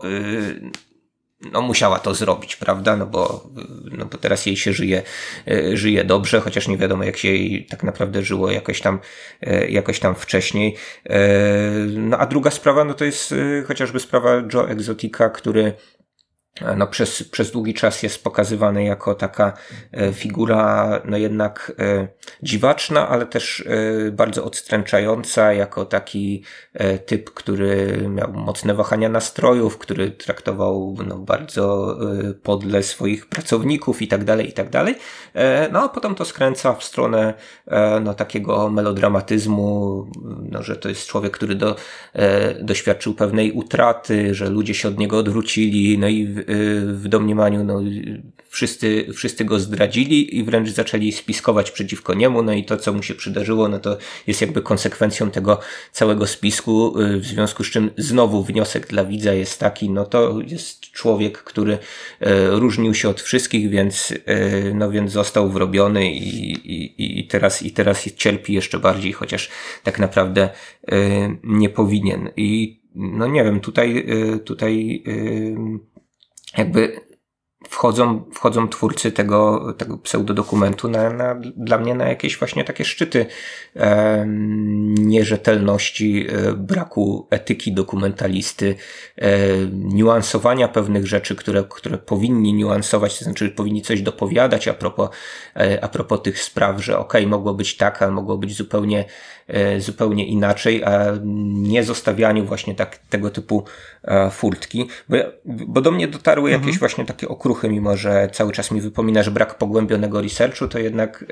no musiała to zrobić, prawda? No bo teraz jej się żyje dobrze, chociaż nie wiadomo jak się jej tak naprawdę żyło jakoś tam wcześniej. No a druga sprawa, no to jest chociażby sprawa Joe Exotica, który no przez długi czas jest pokazywany jako taka figura no jednak dziwaczna, ale też bardzo odstręczająca, jako taki typ, który miał mocne wahania nastrojów, który traktował no bardzo podle swoich pracowników i tak dalej. No a potem to skręca w stronę no takiego melodramatyzmu, no że to jest człowiek, który doświadczył pewnej utraty, że ludzie się od niego odwrócili, no i w domniemaniu no wszyscy go zdradzili i wręcz zaczęli spiskować przeciwko niemu, no i to, co mu się przydarzyło, no to jest jakby konsekwencją tego całego spisku, w związku z czym znowu wniosek dla widza jest taki, no to jest człowiek, który różnił się od wszystkich, więc został wrobiony i teraz cierpi jeszcze bardziej, chociaż tak naprawdę nie powinien. I no nie wiem, tutaj jakby wchodzą twórcy tego pseudodokumentu dla mnie na jakieś właśnie takie szczyty nierzetelności, braku etyki dokumentalisty, niuansowania pewnych rzeczy, które powinni niuansować, to znaczy powinni coś dopowiadać a propos tych spraw, że mogło być tak, a mogło być zupełnie inaczej, a nie zostawianiu właśnie tego typu furtki, bo do mnie dotarły jakieś właśnie takie okruchy, mimo że cały czas mi wypominasz brak pogłębionego researchu, to jednak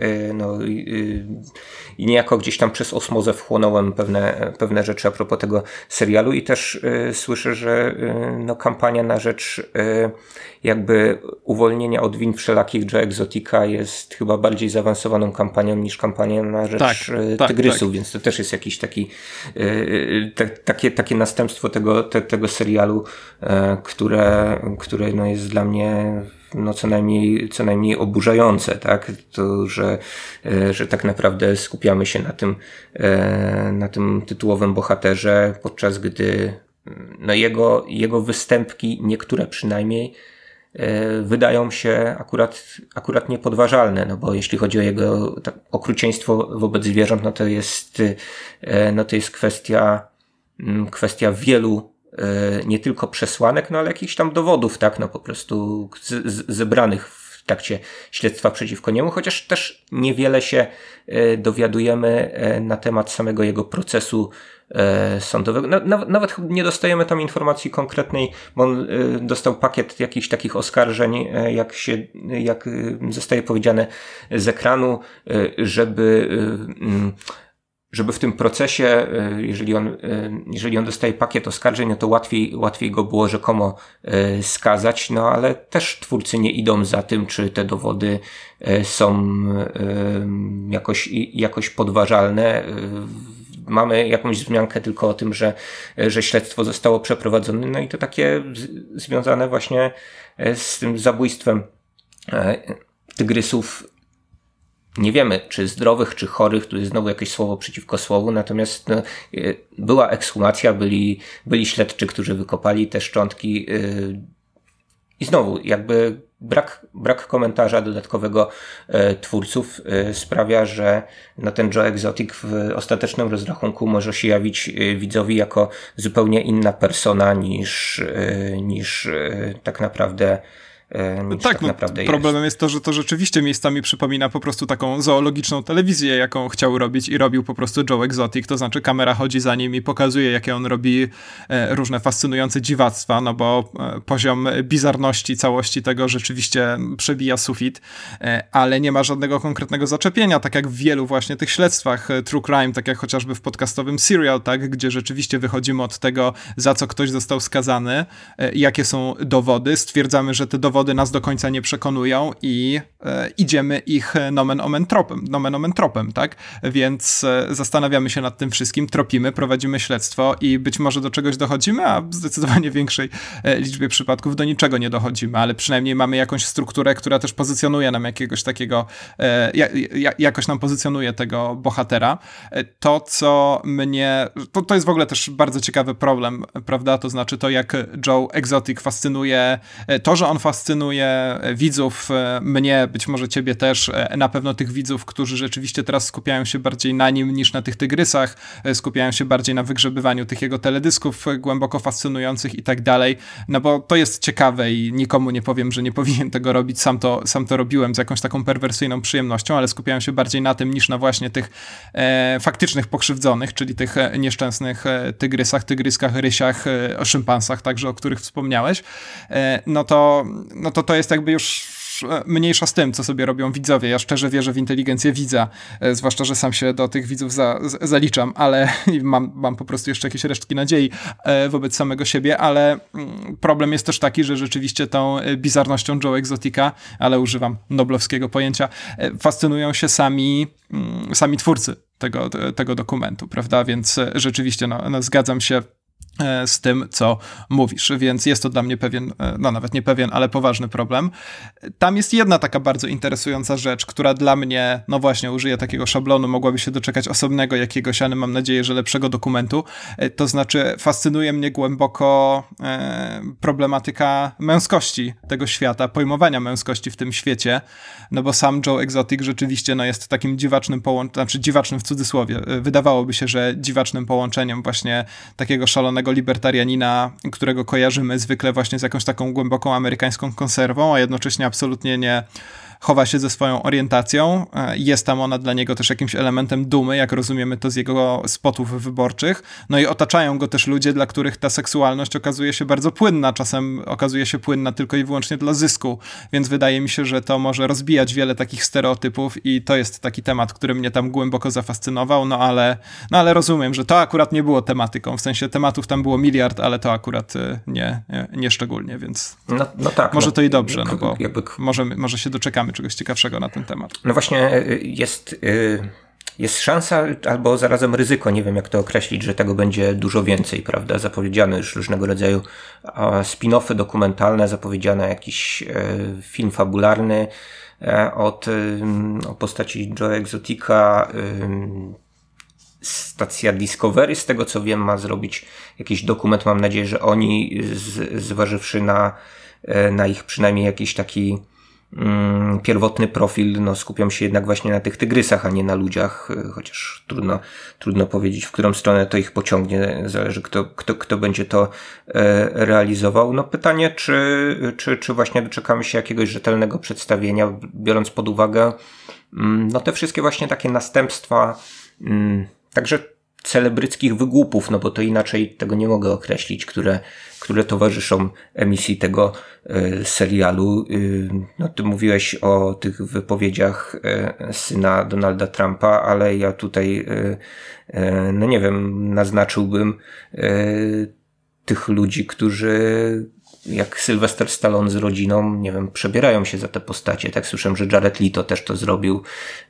i niejako gdzieś tam przez osmozę wchłonąłem pewne rzeczy a propos tego serialu i też słyszę, że kampania na rzecz jakby uwolnienia od win wszelakich Joe Exotica jest chyba bardziej zaawansowaną kampanią niż kampania na rzecz tygrysów, więc to też jest jakiś taki takie następstwo tego serialu, które jest dla mnie co najmniej oburzające, tak? To, że tak naprawdę skupiamy się na tym tytułowym bohaterze, podczas gdy jego występki, niektóre przynajmniej, wydają się akurat niepodważalne, bo jeśli chodzi o jego okrucieństwo wobec zwierząt, to jest kwestia wielu nie tylko przesłanek, ale jakichś tam dowodów, tak, po prostu zebranych w trakcie śledztwa przeciwko niemu, chociaż też niewiele się dowiadujemy na temat samego jego procesu sądowego. Nawet nie dostajemy tam informacji konkretnej, bo on dostał pakiet jakichś takich oskarżeń, jak zostaje powiedziane z ekranu, żeby żeby w tym procesie, jeżeli on dostaje pakiet oskarżeń, no to łatwiej go było rzekomo skazać, no ale też twórcy nie idą za tym, czy te dowody są jakoś podważalne. Mamy jakąś wzmiankę tylko o tym, że śledztwo zostało przeprowadzone, no i to takie związane właśnie z tym zabójstwem tygrysów. Nie wiemy, czy zdrowych, czy chorych, tu jest znowu jakieś słowo przeciwko słowu, natomiast no, była ekshumacja, byli śledczy, którzy wykopali te szczątki i znowu jakby brak komentarza dodatkowego twórców sprawia, że no, ten Joe Exotic w ostatecznym rozrachunku może się jawić widzowi jako zupełnie inna persona niż tak naprawdę problemem jest to, że to rzeczywiście miejscami przypomina po prostu taką zoologiczną telewizję, jaką chciał robić i robił po prostu Joe Exotic, to znaczy kamera chodzi za nim i pokazuje, jakie on robi różne fascynujące dziwactwa, no bo poziom bizarności całości tego rzeczywiście przebija sufit, ale nie ma żadnego konkretnego zaczepienia, tak jak w wielu właśnie tych śledztwach true crime, tak jak chociażby w podcastowym Serial, tak, gdzie rzeczywiście wychodzimy od tego, za co ktoś został skazany, jakie są dowody, stwierdzamy, że te dowody nas do końca nie przekonują i idziemy ich nomen omen tropem, tak? Więc zastanawiamy się nad tym wszystkim, tropimy, prowadzimy śledztwo i być może do czegoś dochodzimy, a w zdecydowanie większej liczbie przypadków do niczego nie dochodzimy, ale przynajmniej mamy jakąś strukturę, która też pozycjonuje nam jakiegoś takiego, jakoś nam pozycjonuje tego bohatera. To, co mnie... To jest w ogóle też bardzo ciekawy problem, prawda? To znaczy to, jak Joe Exotic fascynuje, to, że on fascynuje widzów, mnie, być może ciebie też, na pewno tych widzów, którzy rzeczywiście teraz skupiają się bardziej na nim niż na tych tygrysach, skupiają się bardziej na wygrzebywaniu tych jego teledysków głęboko fascynujących i tak dalej, no bo to jest ciekawe i nikomu nie powiem, że nie powinien tego robić, sam to robiłem z jakąś taką perwersyjną przyjemnością, ale skupiają się bardziej na tym niż na właśnie tych faktycznych pokrzywdzonych, czyli tych nieszczęsnych tygrysach, tygryskach, rysiach, szympansach także, o których wspomniałeś, no to jest jakby już mniejsza z tym, co sobie robią widzowie. Ja szczerze wierzę w inteligencję widza, zwłaszcza, że sam się do tych widzów zaliczam, ale mam po prostu jeszcze jakieś resztki nadziei wobec samego siebie, ale problem jest też taki, że rzeczywiście tą bizarnością Joe Exotica, ale używam noblowskiego pojęcia, fascynują się sami twórcy tego dokumentu, prawda? Więc rzeczywiście zgadzam się z tym, co mówisz, więc jest to dla mnie pewien, nawet nie pewien, ale poważny problem. Tam jest jedna taka bardzo interesująca rzecz, która dla mnie, no właśnie, użyję takiego szablonu, mogłaby się doczekać osobnego jakiegoś, ale mam nadzieję, że lepszego dokumentu, to znaczy fascynuje mnie głęboko problematyka męskości tego świata, pojmowania męskości w tym świecie, no bo sam Joe Exotic rzeczywiście jest takim dziwacznym dziwacznym w cudzysłowie, wydawałoby się, że dziwacznym połączeniem właśnie takiego szalonego libertarianina, którego kojarzymy zwykle właśnie z jakąś taką głęboką amerykańską konserwą, a jednocześnie absolutnie nie chowa się ze swoją orientacją. Jest tam ona dla niego też jakimś elementem dumy, jak rozumiemy to z jego spotów wyborczych. No i otaczają go też ludzie, dla których ta seksualność okazuje się bardzo płynna. Czasem okazuje się płynna tylko i wyłącznie dla zysku. Więc wydaje mi się, że to może rozbijać wiele takich stereotypów i to jest taki temat, który mnie tam głęboko zafascynował, ale rozumiem, że to akurat nie było tematyką. W sensie tematów tam było miliard, ale to akurat nie szczególnie, więc no tak, może to i dobrze, no bo może się doczekamy czegoś ciekawszego na ten temat. No właśnie jest szansa, albo zarazem ryzyko, nie wiem jak to określić, że tego będzie dużo więcej, prawda? Zapowiedziano już różnego rodzaju spin-offy dokumentalne, zapowiedziano jakiś film fabularny o postaci Joe Exotica. Stacja Discovery, z tego co wiem, ma zrobić jakiś dokument. Mam nadzieję, że oni, zważywszy na ich przynajmniej jakiś taki pierwotny profil, skupią się jednak właśnie na tych tygrysach, a nie na ludziach, chociaż trudno powiedzieć, w którą stronę to ich pociągnie, zależy kto będzie to realizował. No pytanie, czy właśnie doczekamy się jakiegoś rzetelnego przedstawienia, biorąc pod uwagę te wszystkie właśnie takie następstwa, także celebryckich wygłupów, no bo to inaczej tego nie mogę określić, które towarzyszą emisji tego serialu. No ty mówiłeś o tych wypowiedziach syna Donalda Trumpa, ale ja tutaj no nie wiem, naznaczyłbym tych ludzi, którzy jak Sylvester Stallone z rodziną, nie wiem, przebierają się za te postacie. Tak słyszałem, że Jared Leto też to zrobił.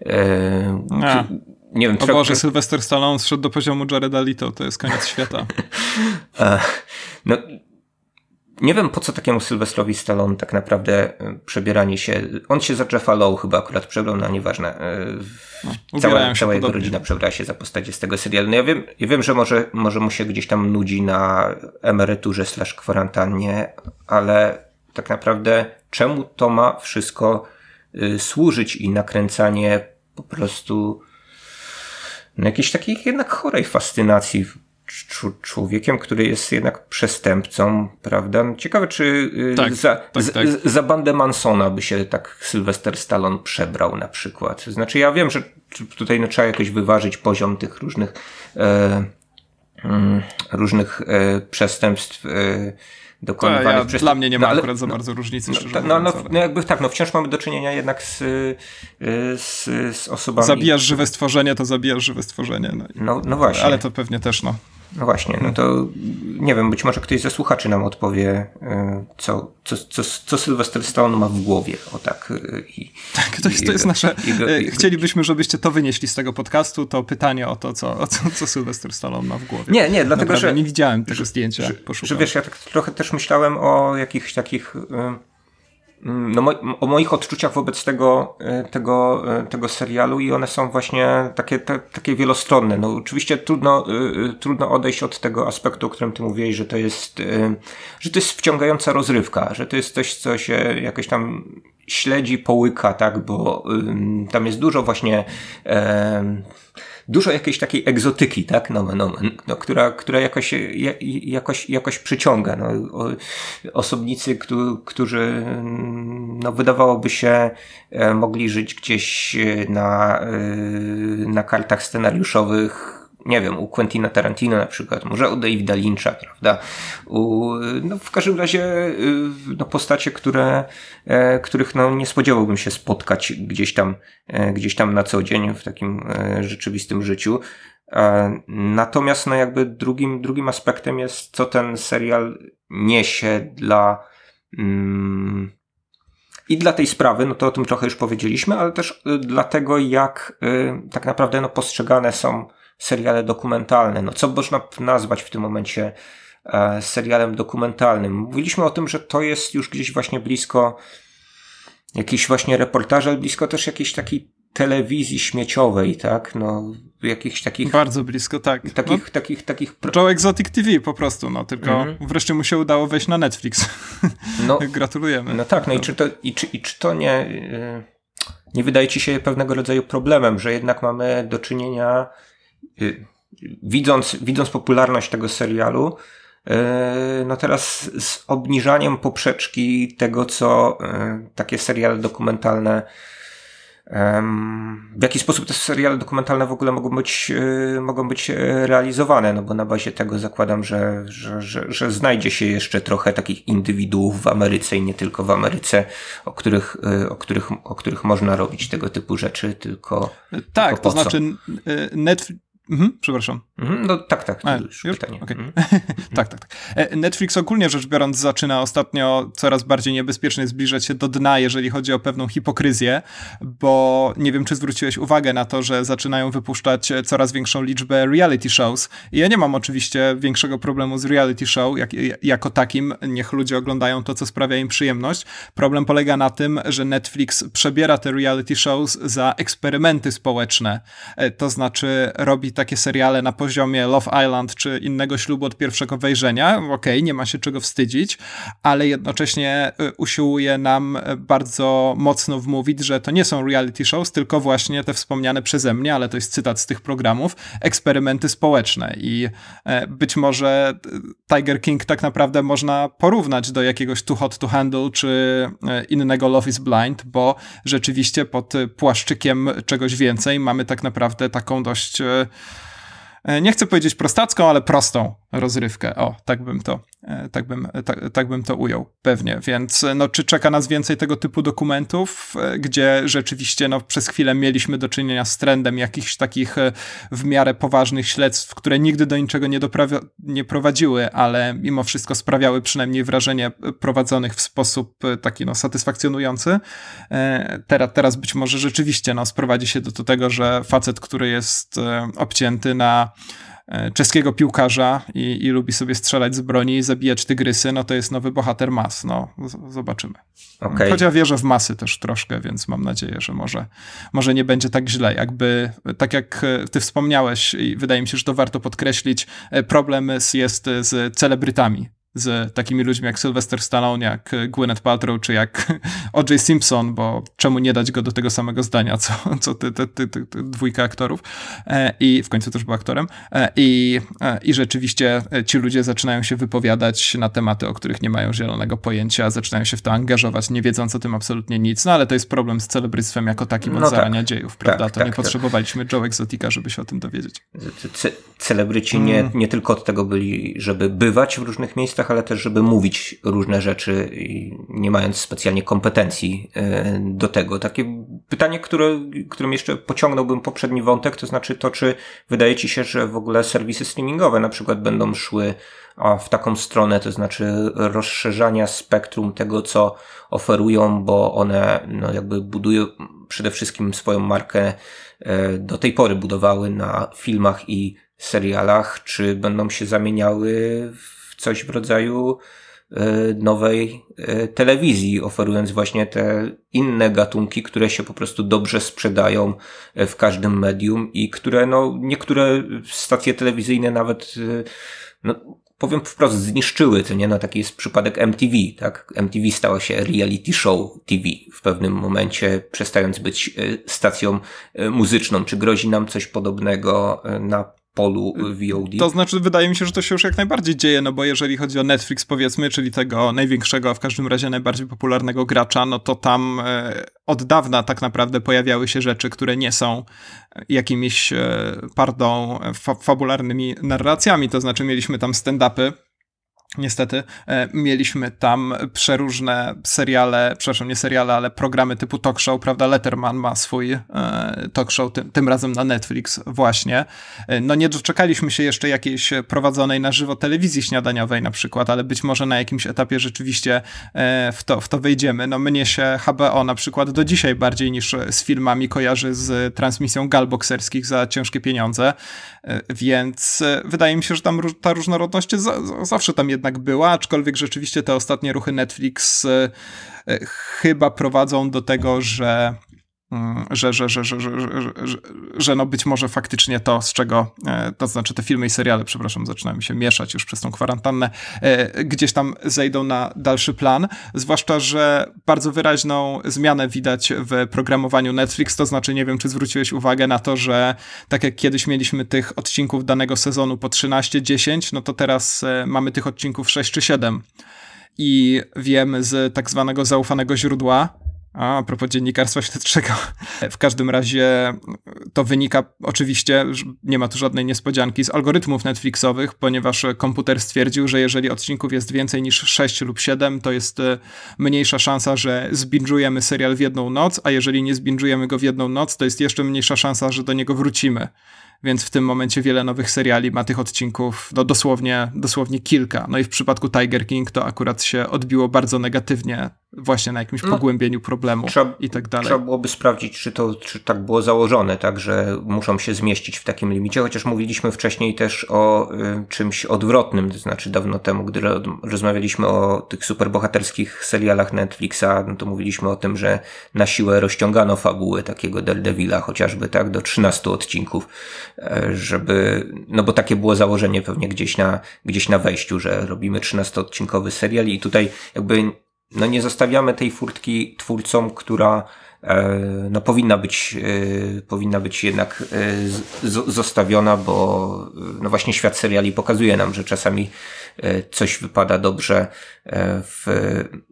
Nie wiem, o Boże, Sylvester Stallone zszedł do poziomu Jareda Leto, to jest koniec świata. No, nie wiem, po co takiemu Sylwestrowi Stallone tak naprawdę przebieranie się. On się za Jeffa Lowe chyba akurat przebrał, no nieważne. Cała jego rodzina przebrała się za postacie z tego serialu. No ja wiem, że może mu się gdzieś tam nudzi na emeryturze / kwarantannie, ale tak naprawdę czemu to ma wszystko służyć i nakręcanie po prostu jakiejś takiej jednak chorej fascynacji człowiekiem, który jest jednak przestępcą, prawda? No ciekawe, czy za bandę Mansona by się tak Sylvester Stallone przebrał na przykład. Znaczy ja wiem, że tutaj no, trzeba jakoś wyważyć poziom tych różnych przestępstw dokonywany przez... Dla mnie nie ma akurat za bardzo różnicy. Wciąż mamy do czynienia jednak z osobami... Zabijasz żywe stworzenie, to zabijasz żywe stworzenie. No właśnie. Ale to pewnie też, No właśnie, no to nie wiem, być może ktoś ze słuchaczy nam odpowie, co Sylvester Stallone ma w głowie, o tak. To jest nasze... Chcielibyśmy, żebyście to wynieśli z tego podcastu, to pytanie o to, co Sylvester Stallone ma w głowie. Nie, dlatego, że... nie widziałem tego zdjęcia. Że wiesz, ja tak trochę też myślałem o jakichś takich... o moich odczuciach wobec tego serialu i one są właśnie takie wielostronne. No oczywiście trudno odejść od tego aspektu, o którym ty mówiłeś, że to jest wciągająca rozrywka, że to jest coś, co się jakoś tam śledzi, połyka, tak, bo tam jest dużo właśnie dużo jakiejś takiej egzotyki, tak, która jakoś przyciąga, osobnicy, którzy, wydawałoby się, mogli żyć gdzieś na kartach scenariuszowych, nie wiem, u Quentina Tarantino na przykład, może u Davida Lyncha, prawda, w każdym razie, postacie, których, nie spodziewałbym się spotkać gdzieś tam na co dzień w takim rzeczywistym życiu. Natomiast, jakby drugim aspektem jest, co ten serial niesie i dla tej sprawy, to o tym trochę już powiedzieliśmy, ale też dla tego, jak tak naprawdę, postrzegane są seriale dokumentalne. Co można nazwać w tym momencie serialem dokumentalnym? Mówiliśmy o tym, że to jest już gdzieś właśnie blisko jakichś właśnie reportaży, ale blisko też jakiejś takiej telewizji śmieciowej, tak? Jakichś takich... Bardzo blisko, tak. Takich... Joe Exotic TV po prostu, tylko wreszcie mu się udało wejść na Netflix. Gratulujemy. Tak, czy to nie wydaje ci się pewnego rodzaju problemem, że jednak mamy do czynienia, widząc popularność tego serialu, teraz z obniżaniem poprzeczki tego, co takie seriale dokumentalne, w jaki sposób te seriale dokumentalne w ogóle mogą być realizowane, bo na bazie tego zakładam, że znajdzie się jeszcze trochę takich indywiduów w Ameryce i nie tylko w Ameryce, o których można robić tego typu rzeczy, tylko tak, to znaczy Netflix... przepraszam. Tak. Już pytanie. Okay. Tak. Netflix ogólnie rzecz biorąc zaczyna ostatnio coraz bardziej niebezpiecznie zbliżać się do dna, jeżeli chodzi o pewną hipokryzję, bo nie wiem, czy zwróciłeś uwagę na to, że zaczynają wypuszczać coraz większą liczbę reality shows. I ja nie mam oczywiście większego problemu z reality show jako takim. Niech ludzie oglądają to, co sprawia im przyjemność. Problem polega na tym, że Netflix przebiera te reality shows za eksperymenty społeczne. To znaczy robi takie seriale na poziomie Love Island czy innego Ślubu od pierwszego wejrzenia. Okej, nie ma się czego wstydzić, ale jednocześnie usiłuje nam bardzo mocno wmówić, że to nie są reality shows, tylko właśnie te wspomniane przeze mnie, ale to jest cytat z tych programów, eksperymenty społeczne. I być może Tiger King tak naprawdę można porównać do jakiegoś Too Hot to Handle czy innego Love is Blind, bo rzeczywiście pod płaszczykiem czegoś więcej mamy tak naprawdę taką dość nie chcę powiedzieć prostacką, ale prostą rozrywkę. O, tak bym to ujął, pewnie. Więc no, czy czeka nas więcej tego typu dokumentów, gdzie rzeczywiście no, przez chwilę mieliśmy do czynienia z trendem jakichś takich w miarę poważnych śledztw, które nigdy do niczego nie prowadziły, ale mimo wszystko sprawiały przynajmniej wrażenie prowadzonych w sposób taki no, satysfakcjonujący. Teraz być może rzeczywiście no, sprowadzi się do tego, że facet, który jest obcięty na czeskiego piłkarza i lubi sobie strzelać z broni i zabijać tygrysy, no to jest nowy bohater mas. No, zobaczymy. Okay. Choć ja wierzę w masy też troszkę, więc mam nadzieję, że może nie będzie tak źle. Jakby, tak jak ty wspomniałeś i wydaje mi się, że to warto podkreślić, problem jest z celebrytami. Z takimi ludźmi jak Sylvester Stallone, jak Gwyneth Paltrow, czy jak O.J. Simpson, bo czemu nie dać go do tego samego zdania, co te dwójka aktorów. I w końcu też był aktorem. I rzeczywiście ci ludzie zaczynają się wypowiadać na tematy, o których nie mają zielonego pojęcia, zaczynają się w to angażować, nie wiedząc o tym absolutnie nic. No ale to jest problem z celebryctwem jako takim od zarania dziejów, prawda? To nie potrzebowaliśmy Joe Exotica, żeby się o tym dowiedzieć. Celebryci nie tylko od tego byli, żeby bywać w różnych miejscach, ale też, żeby mówić różne rzeczy, nie mając specjalnie kompetencji do tego. Takie pytanie, którym jeszcze pociągnąłbym poprzedni wątek, to znaczy to, czy wydaje ci się, że w ogóle serwisy streamingowe na przykład będą szły w taką stronę, to znaczy rozszerzania spektrum tego, co oferują, bo one no, jakby budują przede wszystkim swoją markę, do tej pory budowały na filmach i serialach, czy będą się zamieniały w coś w rodzaju nowej telewizji, oferując właśnie te inne gatunki, które się po prostu dobrze sprzedają w każdym medium i które, no, niektóre stacje telewizyjne nawet, no, powiem wprost, zniszczyły, to nie? No, taki jest przypadek MTV, tak? MTV stała się reality show TV w pewnym momencie, przestając być stacją muzyczną. Czy grozi nam coś podobnego na polu VOD? To znaczy, wydaje mi się, że to się już jak najbardziej dzieje, no bo jeżeli chodzi o Netflix, powiedzmy, czyli tego największego, a w każdym razie najbardziej popularnego gracza, no to tam od dawna tak naprawdę pojawiały się rzeczy, które nie są jakimiś, fabularnymi narracjami, to znaczy mieliśmy tam stand-upy. Niestety, mieliśmy tam przeróżne seriale, przepraszam, nie seriale, ale programy typu talk show, prawda? Letterman ma swój talk show, tym razem na Netflix właśnie. No nie doczekaliśmy się jeszcze jakiejś prowadzonej na żywo telewizji śniadaniowej na przykład, ale być może na jakimś etapie rzeczywiście w to wejdziemy. No mnie się HBO na przykład do dzisiaj bardziej niż z filmami kojarzy z transmisją gal bokserskich za ciężkie pieniądze, więc wydaje mi się, że tam ta różnorodność zawsze tam jednak była, aczkolwiek rzeczywiście te ostatnie ruchy Netflix chyba prowadzą do tego, że no być może faktycznie to, z czego, to znaczy te filmy i seriale, przepraszam, zaczynają mi się mieszać już przez tą kwarantannę, gdzieś tam zejdą na dalszy plan, zwłaszcza, że bardzo wyraźną zmianę widać w programowaniu Netflix, to znaczy nie wiem, czy zwróciłeś uwagę na to, że tak jak kiedyś mieliśmy tych odcinków danego sezonu po 13, 10, no to teraz mamy tych odcinków 6 czy 7 i wiem z tak zwanego zaufanego źródła, a propos dziennikarstwa śledczego. W każdym razie to wynika oczywiście, nie ma tu żadnej niespodzianki, z algorytmów Netflixowych, ponieważ komputer stwierdził, że jeżeli odcinków jest więcej niż 6 lub 7, to jest mniejsza szansa, że zbinżujemy serial w jedną noc, a jeżeli nie zbinżujemy go w jedną noc, to jest jeszcze mniejsza szansa, że do niego wrócimy. Więc w tym momencie wiele nowych seriali ma tych odcinków no dosłownie kilka. No i w przypadku Tiger King to akurat się odbiło bardzo negatywnie właśnie na jakimś pogłębieniu problemu i tak dalej. Trzeba byłoby sprawdzić, czy tak było założone, tak, że muszą się zmieścić w takim limicie, chociaż mówiliśmy wcześniej też o czymś odwrotnym, to znaczy dawno temu, gdy rozmawialiśmy o tych superbohaterskich serialach Netflixa, no to mówiliśmy o tym, że na siłę rozciągano fabuły takiego Daredevila chociażby, tak, do 13 odcinków, żeby, no bo takie było założenie pewnie gdzieś na wejściu, że robimy 13-odcinkowy serial i tutaj jakby no nie zostawiamy tej furtki twórcom, która no powinna być jednak zostawiona, bo no właśnie świat seriali pokazuje nam, że czasami coś wypada dobrze w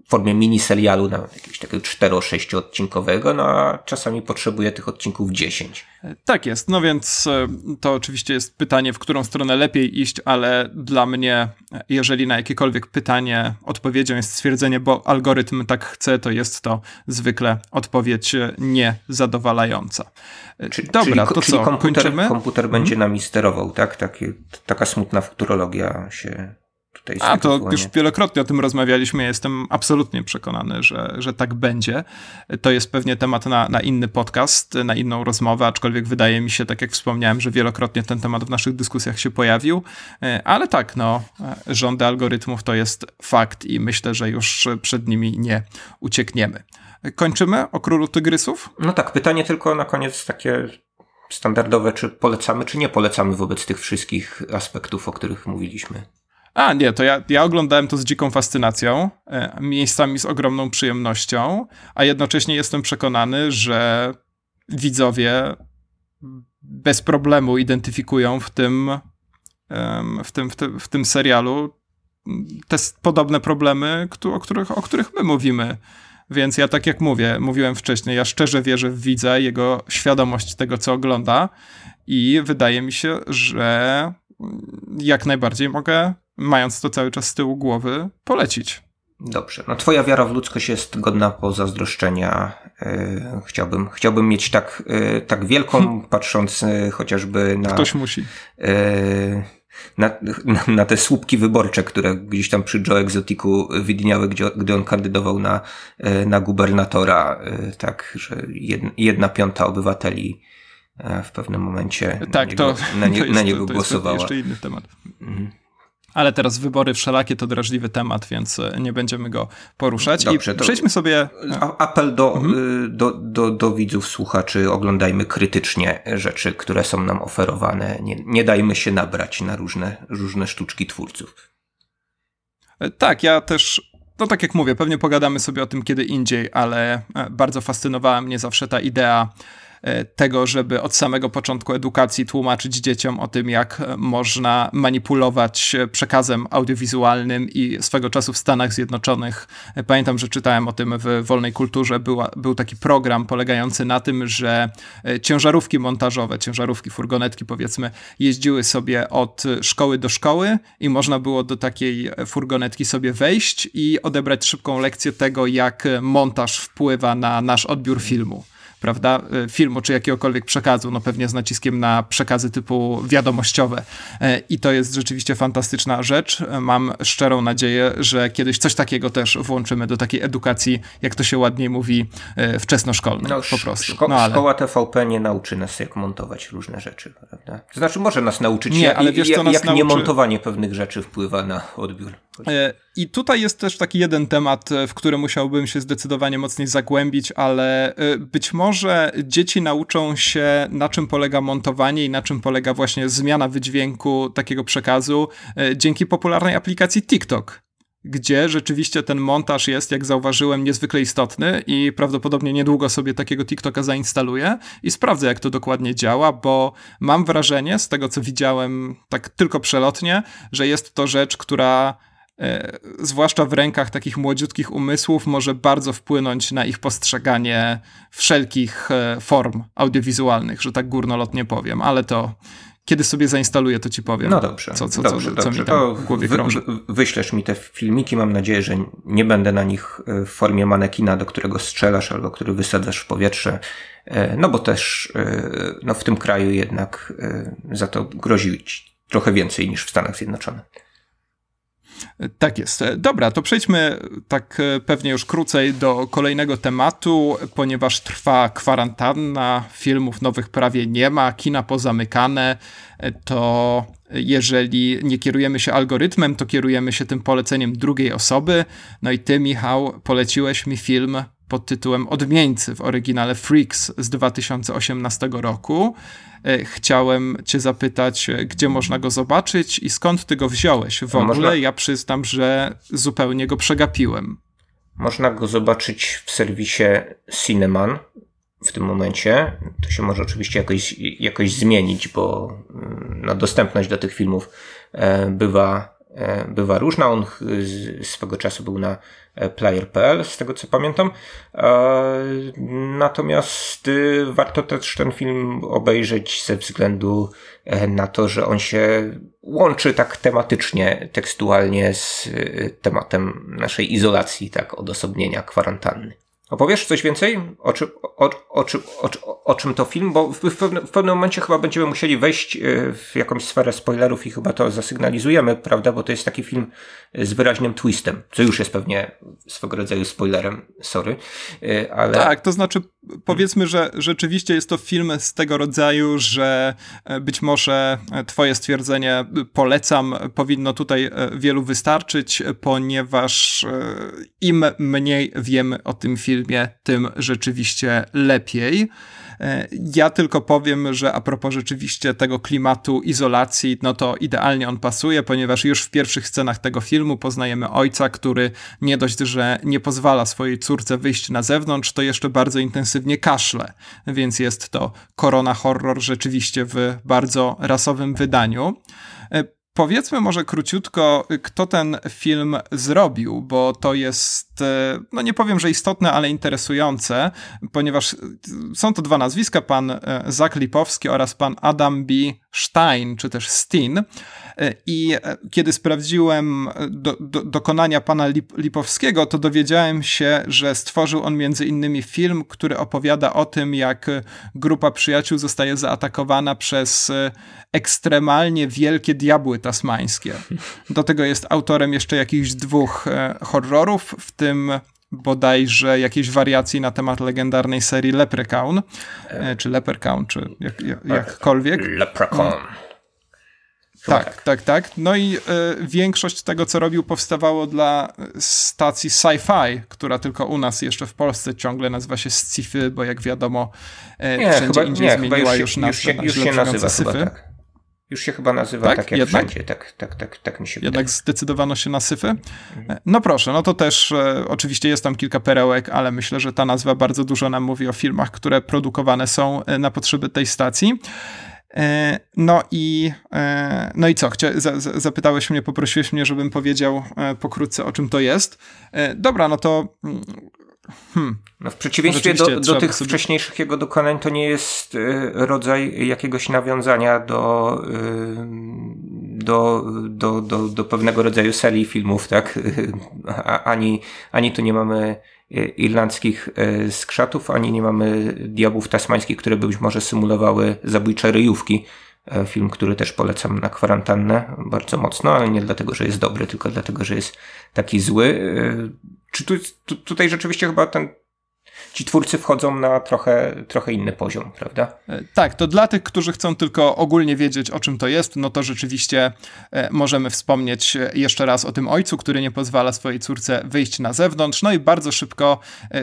formie miniserialu, nawet jakiegoś takiego 4-6 odcinkowego, no a czasami potrzebuje tych odcinków 10. Tak jest, no więc to oczywiście jest pytanie, w którą stronę lepiej iść, ale dla mnie, jeżeli na jakiekolwiek pytanie odpowiedzią jest stwierdzenie, bo algorytm tak chce, to jest to zwykle odpowiedź niezadowalająca. Dobra, to co, kończymy? Komputer będzie nami sterował, tak? Taka smutna futurologia się tutaj to już wielokrotnie o tym rozmawialiśmy. Ja jestem absolutnie przekonany, że tak będzie. To jest pewnie temat na inny podcast, na inną rozmowę, aczkolwiek wydaje mi się, tak jak wspomniałem, że wielokrotnie ten temat w naszych dyskusjach się pojawił. Ale tak, rządy algorytmów to jest fakt i myślę, że już przed nimi nie uciekniemy. Kończymy o Królu Tygrysów? No tak, pytanie tylko na koniec takie standardowe, czy polecamy, czy nie polecamy wobec tych wszystkich aspektów, o których mówiliśmy? Nie, to ja oglądałem to z dziką fascynacją, miejscami z ogromną przyjemnością, a jednocześnie jestem przekonany, że widzowie bez problemu identyfikują w tym serialu te podobne problemy, o których my mówimy. Więc ja tak jak mówiłem wcześniej, ja szczerze wierzę w widza, jego świadomość tego, co ogląda i wydaje mi się, że jak najbardziej mogę, mając to cały czas z tyłu głowy, polecić. Dobrze. No twoja wiara w ludzkość jest godna pozazdroszczenia. Chciałbym mieć tak wielką, patrząc chociażby na... Ktoś musi. Na te słupki wyborcze, które gdzieś tam przy Joe Exoticu widniały, gdy on kandydował na gubernatora, tak, że 1/5 obywateli w pewnym momencie na niego głosowała. To jest jeszcze inny temat. Ale teraz wybory wszelakie to drażliwy temat, więc nie będziemy go poruszać. Dobrze, przejdźmy sobie... Apel do widzów, słuchaczy, oglądajmy krytycznie rzeczy, które są nam oferowane. Nie dajmy się nabrać na różne sztuczki twórców. Tak, ja też... No tak jak mówię, pewnie pogadamy sobie o tym kiedy indziej, ale bardzo fascynowała mnie zawsze ta idea tego, żeby od samego początku edukacji tłumaczyć dzieciom o tym, jak można manipulować przekazem audiowizualnym i swego czasu w Stanach Zjednoczonych, pamiętam, że czytałem o tym w Wolnej Kulturze, był taki program polegający na tym, że ciężarówki montażowe, furgonetki powiedzmy, jeździły sobie od szkoły do szkoły i można było do takiej furgonetki sobie wejść i odebrać szybką lekcję tego, jak montaż wpływa na nasz odbiór filmu. Prawda, filmu czy jakiegokolwiek przekazu, no pewnie z naciskiem na przekazy typu wiadomościowe. I to jest rzeczywiście fantastyczna rzecz. Mam szczerą nadzieję, że kiedyś coś takiego też włączymy do takiej edukacji, jak to się ładniej mówi, wczesnoszkolnej po prostu. Szkoła TVP nie nauczy nas, jak montować różne rzeczy, prawda? To znaczy może nas nauczyć, jak niemontowanie pewnych rzeczy wpływa na odbiór. I tutaj jest też taki jeden temat, w który musiałbym się zdecydowanie mocniej zagłębić, ale być może dzieci nauczą się, na czym polega montowanie i na czym polega właśnie zmiana wydźwięku takiego przekazu dzięki popularnej aplikacji TikTok, gdzie rzeczywiście ten montaż jest, jak zauważyłem, niezwykle istotny i prawdopodobnie niedługo sobie takiego TikToka zainstaluję i sprawdzę, jak to dokładnie działa, bo mam wrażenie, z tego co widziałem tak tylko przelotnie, że jest to rzecz, która zwłaszcza w rękach takich młodziutkich umysłów może bardzo wpłynąć na ich postrzeganie wszelkich form audiowizualnych, że tak górnolotnie powiem, ale to kiedy sobie zainstaluję, to ci powiem. No dobrze, co mi tam w głowie krąży. Wyślesz mi te filmiki, mam nadzieję, że nie będę na nich w formie manekina, do którego strzelasz albo który wysadzasz w powietrze, no bo też w tym kraju jednak za to grozi trochę więcej niż w Stanach Zjednoczonych. Tak jest. Dobra, to przejdźmy tak pewnie już krócej do kolejnego tematu, ponieważ trwa kwarantanna, filmów nowych prawie nie ma, kina pozamykane, to jeżeli nie kierujemy się algorytmem, to kierujemy się tym poleceniem drugiej osoby. No i ty, Michał, poleciłeś mi film pod tytułem Odmieńcy, w oryginale Freaks z 2018 roku. Chciałem cię zapytać, gdzie można go zobaczyć i skąd ty go wziąłeś? W ogóle ja przyznam, że zupełnie go przegapiłem. Można go zobaczyć w serwisie Cineman w tym momencie. To się może oczywiście jakoś zmienić, bo dostępność do tych filmów bywa bywa różna. On swego czasu był na player.pl, z tego co pamiętam. Natomiast warto też ten film obejrzeć ze względu na to, że on się łączy tak tematycznie, tekstualnie z tematem naszej izolacji, tak, odosobnienia, kwarantanny. Opowiesz coś więcej? O czym to film? Bo w pewnym momencie chyba będziemy musieli wejść w jakąś sferę spoilerów i chyba to zasygnalizujemy, prawda? Bo to jest taki film z wyraźnym twistem, co już jest pewnie swego rodzaju spoilerem, sorry. Ale... Tak, to znaczy powiedzmy, że rzeczywiście jest to film z tego rodzaju, że być może twoje stwierdzenie polecam, powinno tutaj wielu wystarczyć, ponieważ im mniej wiemy o tym filmie, tym rzeczywiście lepiej. Ja tylko powiem, że a propos rzeczywiście tego klimatu izolacji, no to idealnie on pasuje, ponieważ już w pierwszych scenach tego filmu poznajemy ojca, który nie dość, że nie pozwala swojej córce wyjść na zewnątrz, to jeszcze bardzo intensywnie kaszle, więc jest to korona horror rzeczywiście w bardzo rasowym wydaniu. Powiedzmy może króciutko, kto ten film zrobił, bo to jest, no nie powiem, że istotne, ale interesujące, ponieważ są to dwa nazwiska, pan Zach Lipowski oraz pan Adam B. Stein, czy też Steen. I kiedy sprawdziłem dokonania pana Lipowskiego, to dowiedziałem się, że stworzył on między innymi film, który opowiada o tym, jak grupa przyjaciół zostaje zaatakowana przez ekstremalnie wielkie diabły tasmańskie. Do tego jest autorem jeszcze jakichś 2 horrorów, w tym bodajże jakiejś wariacji na temat legendarnej serii Leprechaun, czy Leprechaun, czy jakkolwiek. Leprechaun. Tak. No i większość tego, co robił, powstawało dla stacji Sci-Fi, która tylko u nas jeszcze w Polsce ciągle nazywa się Sci-Fi, bo jak wiadomo wszędzie indziej zmieniła już nazwę. Już się nazywa chyba, tak. Już się chyba nazywa tak jak jednak? Wszędzie. Tak mi się Jednak wydaje. zdecydowano się na syfy? No proszę, no to też oczywiście jest tam kilka perełek, ale myślę, że ta nazwa bardzo dużo nam mówi o filmach, które produkowane są na potrzeby tej stacji. No i co? Zapytałeś mnie, poprosiłeś mnie, żebym powiedział pokrótce, o czym to jest. Dobra, no to... No w przeciwieństwie do tych wcześniejszych jego dokonań, to nie jest rodzaj jakiegoś nawiązania do pewnego rodzaju serii filmów, tak? Ani tu nie mamy irlandzkich skrzatów, ani nie mamy diabłów tasmańskich, które by być może symulowały zabójcze ryjówki. Film, który też polecam na kwarantannę bardzo mocno, ale nie dlatego, że jest dobry, tylko dlatego, że jest taki zły. Czy tutaj rzeczywiście chyba ci twórcy wchodzą na trochę inny poziom, prawda? Tak, to dla tych, którzy chcą tylko ogólnie wiedzieć, o czym to jest, no to rzeczywiście możemy wspomnieć jeszcze raz o tym ojcu, który nie pozwala swojej córce wyjść na zewnątrz, no i bardzo szybko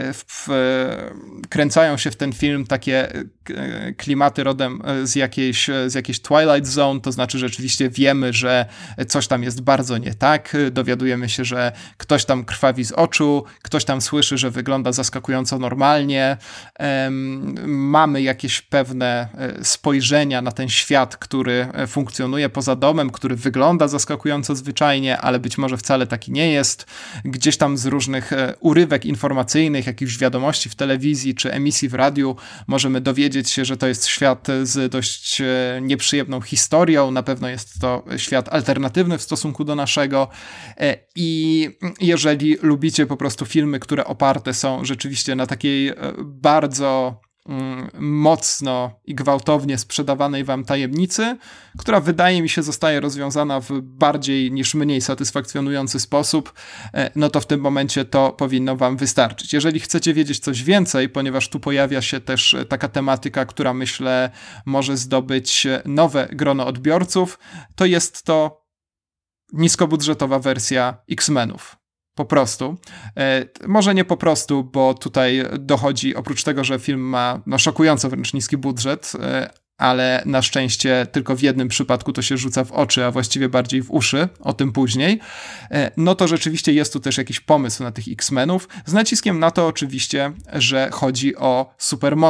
kręcają się w ten film takie klimaty rodem z jakiejś Twilight Zone, to znaczy rzeczywiście wiemy, że coś tam jest bardzo nie tak, dowiadujemy się, że ktoś tam krwawi z oczu, ktoś tam słyszy, że wygląda zaskakująco normalnie, mamy jakieś pewne spojrzenia na ten świat, który funkcjonuje poza domem, który wygląda zaskakująco zwyczajnie, ale być może wcale taki nie jest. Gdzieś tam z różnych urywek informacyjnych, jakichś wiadomości w telewizji czy emisji w radiu możemy dowiedzieć się, że to jest świat z dość nieprzyjemną historią, na pewno jest to świat alternatywny w stosunku do naszego i jeżeli lubicie po prostu filmy, które oparte są rzeczywiście na takiej bardzo mocno i gwałtownie sprzedawanej wam tajemnicy, która wydaje mi się zostaje rozwiązana w bardziej niż mniej satysfakcjonujący sposób, no to w tym momencie to powinno wam wystarczyć. Jeżeli chcecie wiedzieć coś więcej, ponieważ tu pojawia się też taka tematyka, która myślę może zdobyć nowe grono odbiorców, to jest to niskobudżetowa wersja X-Menów. Po prostu. Może nie po prostu, bo tutaj dochodzi, oprócz tego, że film ma szokująco wręcz niski budżet, ale na szczęście tylko w jednym przypadku to się rzuca w oczy, a właściwie bardziej w uszy, o tym później, no to rzeczywiście jest tu też jakiś pomysł na tych X-Menów, z naciskiem na to oczywiście, że chodzi o supermoce.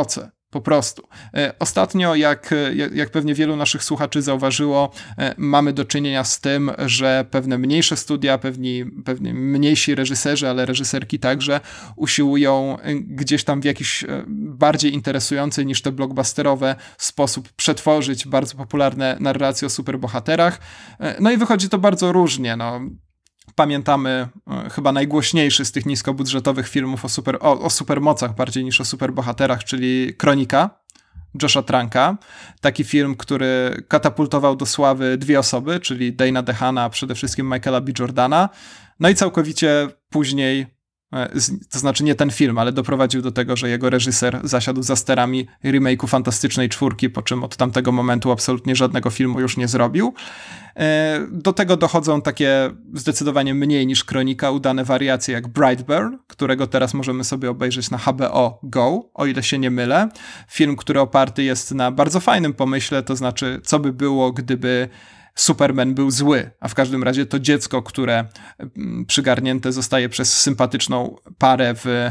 Po prostu. Ostatnio, jak pewnie wielu naszych słuchaczy zauważyło, mamy do czynienia z tym, że pewne mniejsze studia, pewnie mniejsi reżyserzy, ale reżyserki także usiłują gdzieś tam w jakiś bardziej interesujący niż te blockbusterowe sposób przetworzyć bardzo popularne narracje o superbohaterach. No i wychodzi to bardzo różnie. No. Pamiętamy chyba najgłośniejszy z tych niskobudżetowych filmów o supermocach bardziej niż o superbohaterach, czyli Kronika Josha Tranka. Taki film, który katapultował do sławy dwie osoby, czyli Dana DeHaana, a przede wszystkim Michaela B. Jordana. No i całkowicie później, to znaczy nie ten film, ale doprowadził do tego, że jego reżyser zasiadł za sterami remake'u Fantastycznej Czwórki, po czym od tamtego momentu absolutnie żadnego filmu już nie zrobił. Do tego dochodzą takie zdecydowanie mniej niż Kronika udane wariacje jak Brightburn, którego teraz możemy sobie obejrzeć na HBO Go, o ile się nie mylę. Film, który oparty jest na bardzo fajnym pomyśle, to znaczy co by było, gdyby Superman był zły, a w każdym razie to dziecko, które przygarnięte zostaje przez sympatyczną parę w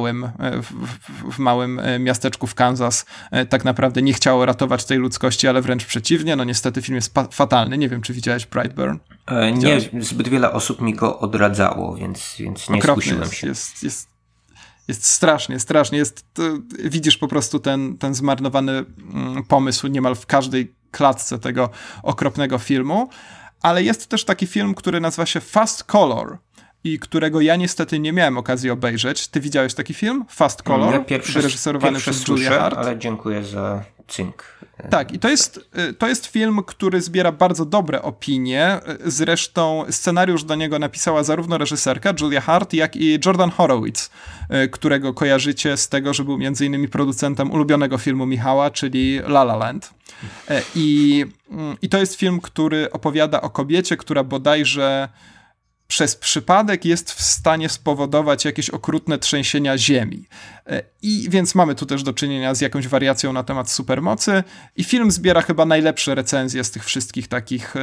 małym miasteczku w Kansas, tak naprawdę nie chciało ratować tej ludzkości, ale wręcz przeciwnie. No niestety film jest fatalny. Nie wiem, czy widziałeś Brightburn? Nie, zbyt wiele osób mi go odradzało, więc nie skusiłem się. Jest strasznie. Widzisz po prostu ten zmarnowany pomysł niemal w każdej klatce tego okropnego filmu, ale jest też taki film, który nazywa się Fast Color i którego ja niestety nie miałem okazji obejrzeć. Ty widziałeś taki film? Fast Color? Ja wyreżyserowany przez Julia Hart. Ale dziękuję za cynk. Tak, i to jest film, który zbiera bardzo dobre opinie. Zresztą scenariusz do niego napisała zarówno reżyserka Julia Hart, jak i Jordan Horowitz, którego kojarzycie z tego, że był między innymi producentem ulubionego filmu Michała, czyli La La Land. I to jest film, który opowiada o kobiecie, która bodajże przez przypadek jest w stanie spowodować jakieś okrutne trzęsienia ziemi. I więc mamy tu też do czynienia z jakąś wariacją na temat supermocy i film zbiera chyba najlepsze recenzje z tych wszystkich takich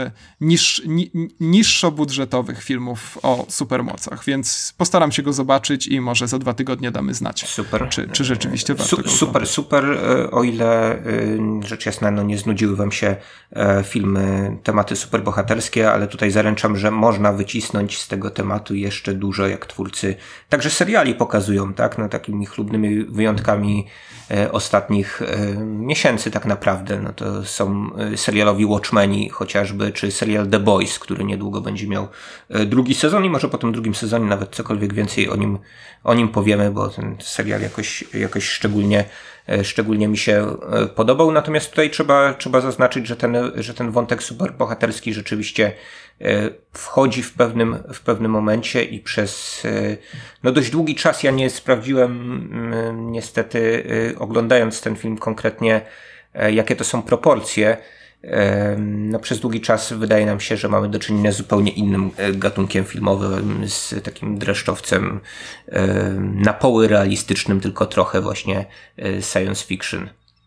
niższobudżetowych filmów o supermocach, więc postaram się go zobaczyć i może za 2 tygodnie damy znać. Super. Czy rzeczywiście warto go Super. O ile rzecz jasna, nie znudziły wam się filmy, tematy superbohaterskie, ale tutaj zaręczam, że można wycisnąć z tego tematu jeszcze dużo, jak twórcy także seriali pokazują, tak? No takimi chlubnymi wyjątkami ostatnich miesięcy tak naprawdę. No to są serialowi Watchmeni chociażby, czy serial The Boys, który niedługo będzie miał drugi sezon i może po tym drugim sezonie nawet cokolwiek więcej o nim powiemy, bo ten serial jakoś szczególnie mi się podobał. Natomiast tutaj trzeba zaznaczyć, że ten wątek superbohaterski rzeczywiście wchodzi w pewnym momencie i przez dość długi czas ja nie sprawdziłem niestety, oglądając ten film konkretnie, jakie to są proporcje. Przez długi czas wydaje nam się, że mamy do czynienia z zupełnie innym gatunkiem filmowym, z takim dreszczowcem na poły realistycznym, tylko trochę właśnie science fiction.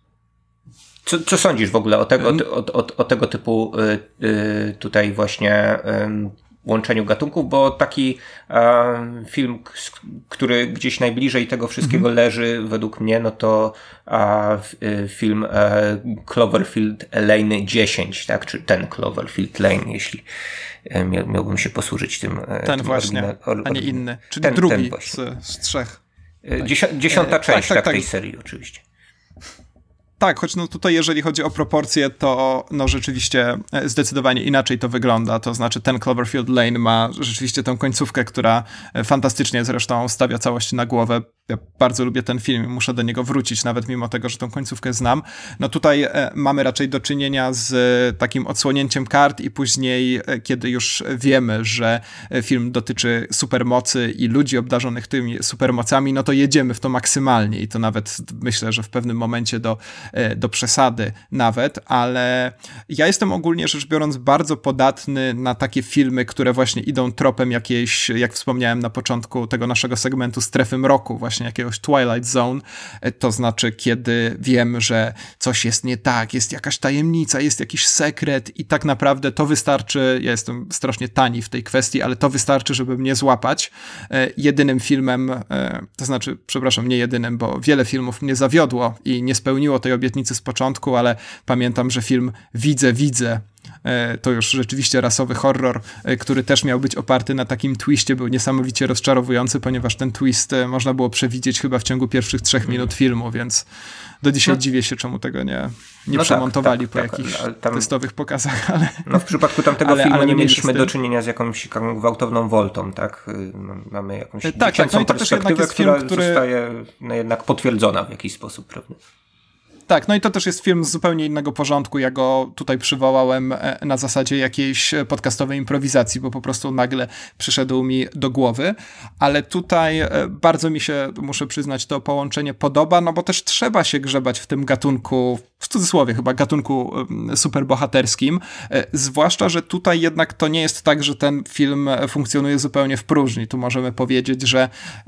Co sądzisz w ogóle o tego typu tutaj właśnie łączeniu gatunków, bo taki film, który gdzieś najbliżej tego wszystkiego leży według mnie, no to film Cloverfield Lane 10, tak? Czy ten Cloverfield Lane, jeśli miałbym się posłużyć tym. Ten tym właśnie, a nie inny. Czyli drugi z 3. 10. część tej serii oczywiście. Tak, choć tutaj jeżeli chodzi o proporcje, to rzeczywiście zdecydowanie inaczej to wygląda. To znaczy ten Cloverfield Lane ma rzeczywiście tę końcówkę, która fantastycznie zresztą stawia całość na głowę. Ja bardzo lubię ten film i muszę do niego wrócić, nawet mimo tego, że tą końcówkę znam. Tutaj mamy raczej do czynienia z takim odsłonięciem kart i później, kiedy już wiemy, że film dotyczy supermocy i ludzi obdarzonych tymi supermocami, to jedziemy w to maksymalnie i to nawet myślę, że w pewnym momencie do przesady nawet, ale ja jestem ogólnie rzecz biorąc bardzo podatny na takie filmy, które właśnie idą tropem jakiejś, jak wspomniałem na początku tego naszego segmentu, strefy mroku, właśnie właśnie jakiegoś Twilight Zone, to znaczy kiedy wiem, że coś jest nie tak, jest jakaś tajemnica, jest jakiś sekret i tak naprawdę to wystarczy, ja jestem strasznie tani w tej kwestii, ale to wystarczy, żeby mnie złapać. Jedynym filmem, to znaczy, przepraszam, nie jedynym, bo wiele filmów mnie zawiodło i nie spełniło tej obietnicy z początku, ale pamiętam, że film Widzę, to już rzeczywiście rasowy horror, który też miał być oparty na takim twiście, był niesamowicie rozczarowujący, ponieważ ten twist można było przewidzieć chyba w ciągu pierwszych 3 minut filmu, więc do dzisiaj dziwię się, czemu tego nie przemontowali po jakichś testowych pokazach. Ale, w przypadku tamtego filmu nie mieliśmy do czynienia z jakąś gwałtowną woltą, tak? Mamy jakąś dziecięcą perspektywę, która zostaje jednak potwierdzona w jakiś sposób, prawda? Tak, no i to też jest film z zupełnie innego porządku. Ja go tutaj przywołałem na zasadzie jakiejś podcastowej improwizacji, bo po prostu nagle przyszedł mi do głowy, ale tutaj bardzo mi się, muszę przyznać, to połączenie podoba, no bo też trzeba się grzebać w tym gatunku, w cudzysłowie chyba, gatunku superbohaterskim, zwłaszcza, że tutaj jednak to nie jest tak, że ten film funkcjonuje zupełnie w próżni. Tu możemy powiedzieć, że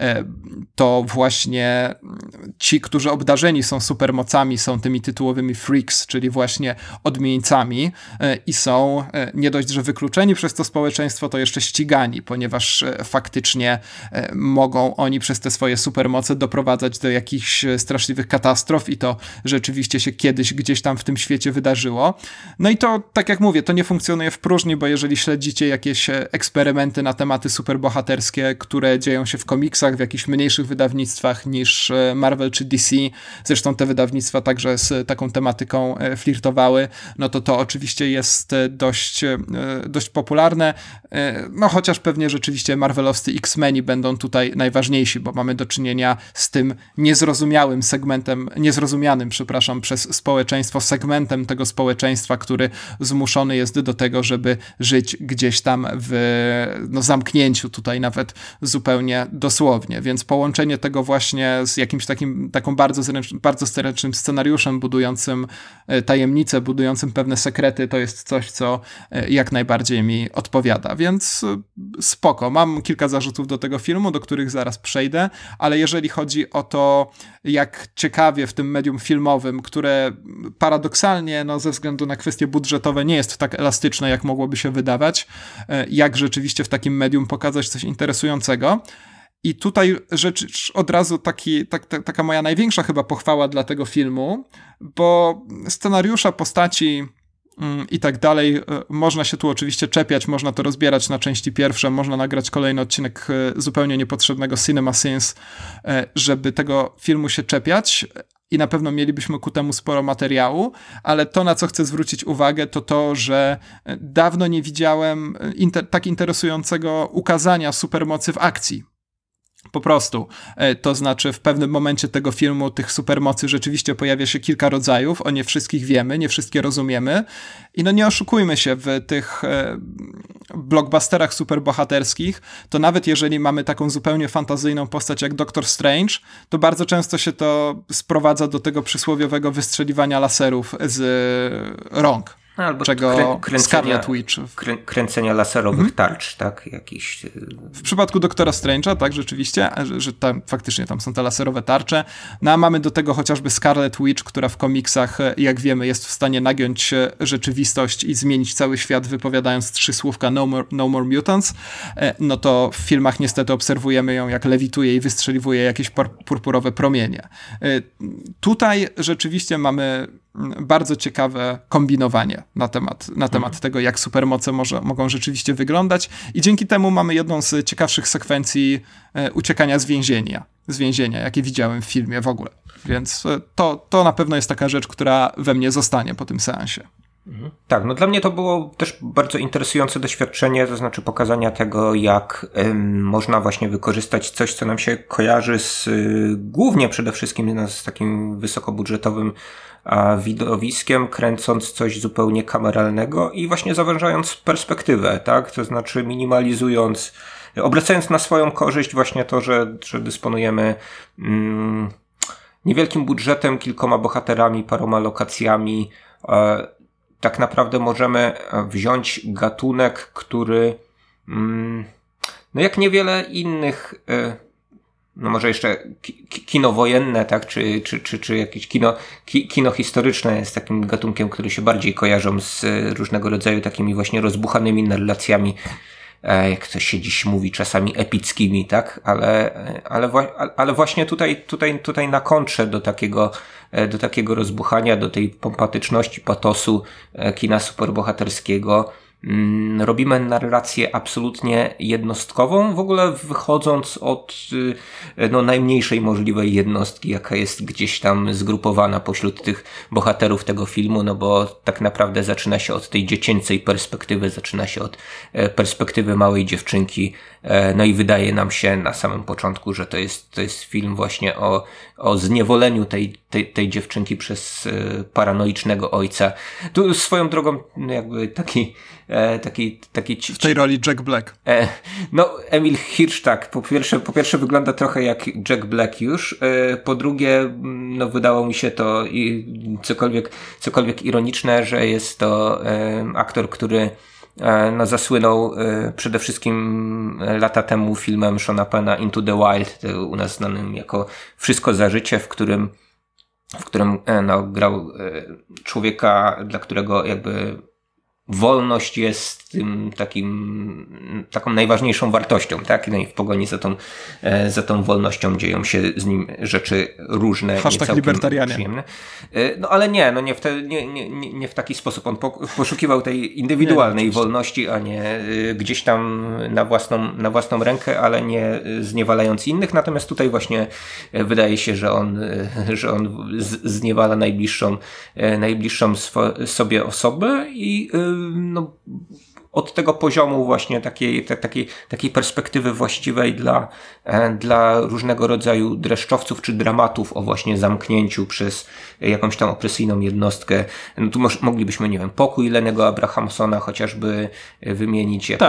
to właśnie ci, którzy obdarzeni są supermocami, są tymi tytułowymi freaks, czyli właśnie odmieńcami i są nie dość, że wykluczeni przez to społeczeństwo, to jeszcze ścigani, ponieważ faktycznie mogą oni przez te swoje supermoce doprowadzać do jakichś straszliwych katastrof i to rzeczywiście się kiedyś gdzieś tam w tym świecie wydarzyło. No i to, tak jak mówię, to nie funkcjonuje w próżni, bo jeżeli śledzicie jakieś eksperymenty na tematy superbohaterskie, które dzieją się w komiksach, w jakichś mniejszych wydawnictwach niż Marvel czy DC, zresztą te wydawnictwa także z taką tematyką flirtowały, no to oczywiście jest dość popularne, no chociaż pewnie rzeczywiście marvelowscy X-Meni będą tutaj najważniejsi, bo mamy do czynienia z tym niezrozumianym przez społeczeństwo, segmentem tego społeczeństwa, który zmuszony jest do tego, żeby żyć gdzieś tam w zamknięciu, tutaj nawet zupełnie dosłownie, więc połączenie tego właśnie z jakimś taką bardzo zręcznym scenariuszem budującym tajemnice, budującym pewne sekrety, to jest coś, co jak najbardziej mi odpowiada, więc spoko. Mam kilka zarzutów do tego filmu, do których zaraz przejdę, ale jeżeli chodzi o to, jak ciekawie w tym medium filmowym, które paradoksalnie, ze względu na kwestie budżetowe nie jest tak elastyczne, jak mogłoby się wydawać, jak rzeczywiście w takim medium pokazać coś interesującego. I tutaj rzecz od razu taka moja największa chyba pochwała dla tego filmu, bo scenariusza, postaci i tak dalej, można się tu oczywiście czepiać, można to rozbierać na części pierwsze, można nagrać kolejny odcinek zupełnie niepotrzebnego Cinema Sins, żeby tego filmu się czepiać i na pewno mielibyśmy ku temu sporo materiału, ale to, na co chcę zwrócić uwagę, to, że dawno nie widziałem tak interesującego ukazania supermocy w akcji. Po prostu. To znaczy w pewnym momencie tego filmu tych supermocy rzeczywiście pojawia się kilka rodzajów, o nie wszystkich wiemy, nie wszystkie rozumiemy i nie oszukujmy się, w tych blockbusterach superbohaterskich, to nawet jeżeli mamy taką zupełnie fantazyjną postać jak Doctor Strange, to bardzo często się to sprowadza do tego przysłowiowego wystrzeliwania laserów z rąk. Albo czego Scarlet Witch. Kręcenia laserowych tarcz, tak? Jakiś... W przypadku Doktora Strange'a, tak, rzeczywiście, że faktycznie tam są te laserowe tarcze. No a mamy do tego chociażby Scarlet Witch, która w komiksach, jak wiemy, jest w stanie nagiąć rzeczywistość i zmienić cały świat, wypowiadając 3 słówka no more mutants. No to w filmach niestety obserwujemy ją, jak lewituje i wystrzeliwuje jakieś purpurowe promienie. Tutaj rzeczywiście mamy bardzo ciekawe kombinowanie na temat tego, jak supermoce mogą rzeczywiście wyglądać i dzięki temu mamy jedną z ciekawszych sekwencji uciekania z więzienia, jakie widziałem w filmie w ogóle. Więc to na pewno jest taka rzecz, która we mnie zostanie po tym seansie. Tak, dla mnie to było też bardzo interesujące doświadczenie, to znaczy pokazania tego, jak można właśnie wykorzystać coś, co nam się kojarzy głównie przede wszystkim z takim wysokobudżetowym widowiskiem, kręcąc coś zupełnie kameralnego i właśnie zawężając perspektywę, tak? To znaczy minimalizując, obracając na swoją korzyść właśnie to, że dysponujemy niewielkim budżetem, kilkoma bohaterami, paroma lokacjami. Tak naprawdę możemy wziąć gatunek, który jak niewiele innych no może jeszcze kino wojenne, tak, czy jakieś kino historyczne jest takim gatunkiem, który się bardziej kojarzą z różnego rodzaju takimi właśnie rozbuchanymi narracjami, jak to się dziś mówi, czasami epickimi, tak, ale właśnie tutaj na kontrze do takiego rozbuchania, do tej pompatyczności, patosu kina superbohaterskiego, robimy narrację absolutnie jednostkową, w ogóle wychodząc od najmniejszej możliwej jednostki, jaka jest gdzieś tam zgrupowana pośród tych bohaterów tego filmu, no bo tak naprawdę zaczyna się od tej dziecięcej perspektywy, zaczyna się od perspektywy małej dziewczynki, no i wydaje nam się na samym początku, że to jest film właśnie o zniewoleniu tej dziewczynki przez paranoicznego ojca. Tu swoją drogą jakby taki w tej roli Jack Black. Emil Hirsch tak, po pierwsze wygląda trochę jak Jack Black już, po drugie, no wydało mi się to cokolwiek ironiczne, że jest to aktor, który zasłynął przede wszystkim lata temu filmem Seana Penna Into the Wild, u nas znanym jako Wszystko za życie, w którym grał człowieka, dla którego jakby wolność jest tym taką najważniejszą wartością, tak? No i w pogoni za tą wolnością dzieją się z nim rzeczy różne, hashtag libertarianie. Przyjemne. No ale nie w taki sposób. On poszukiwał tej indywidualnej wolności, a nie gdzieś tam na własną rękę, ale nie zniewalając innych. Natomiast tutaj właśnie wydaje się, że on zniewala najbliższą sobie osobę i od tego poziomu właśnie takiej perspektywy właściwej dla różnego rodzaju dreszczowców czy dramatów o właśnie zamknięciu przez jakąś tam opresyjną jednostkę. No tu moglibyśmy, nie wiem, Pokój Lennego Abrahamsona chociażby wymienić jako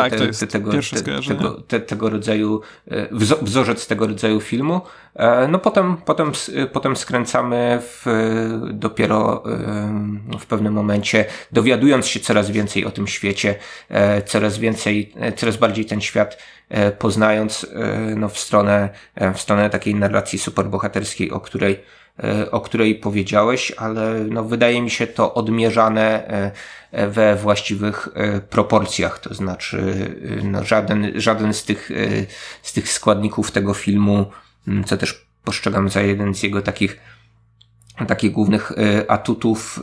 tego rodzaju wzorzec tego rodzaju filmu. No potem skręcamy dopiero w pewnym momencie, dowiadując się coraz więcej o tym świecie, coraz bardziej ten świat poznając, w stronę takiej narracji superbohaterskiej, o której powiedziałeś, ale wydaje mi się to odmierzane we właściwych proporcjach, to znaczy żaden z tych składników tego filmu, co też postrzegam za jeden z jego takich głównych atutów,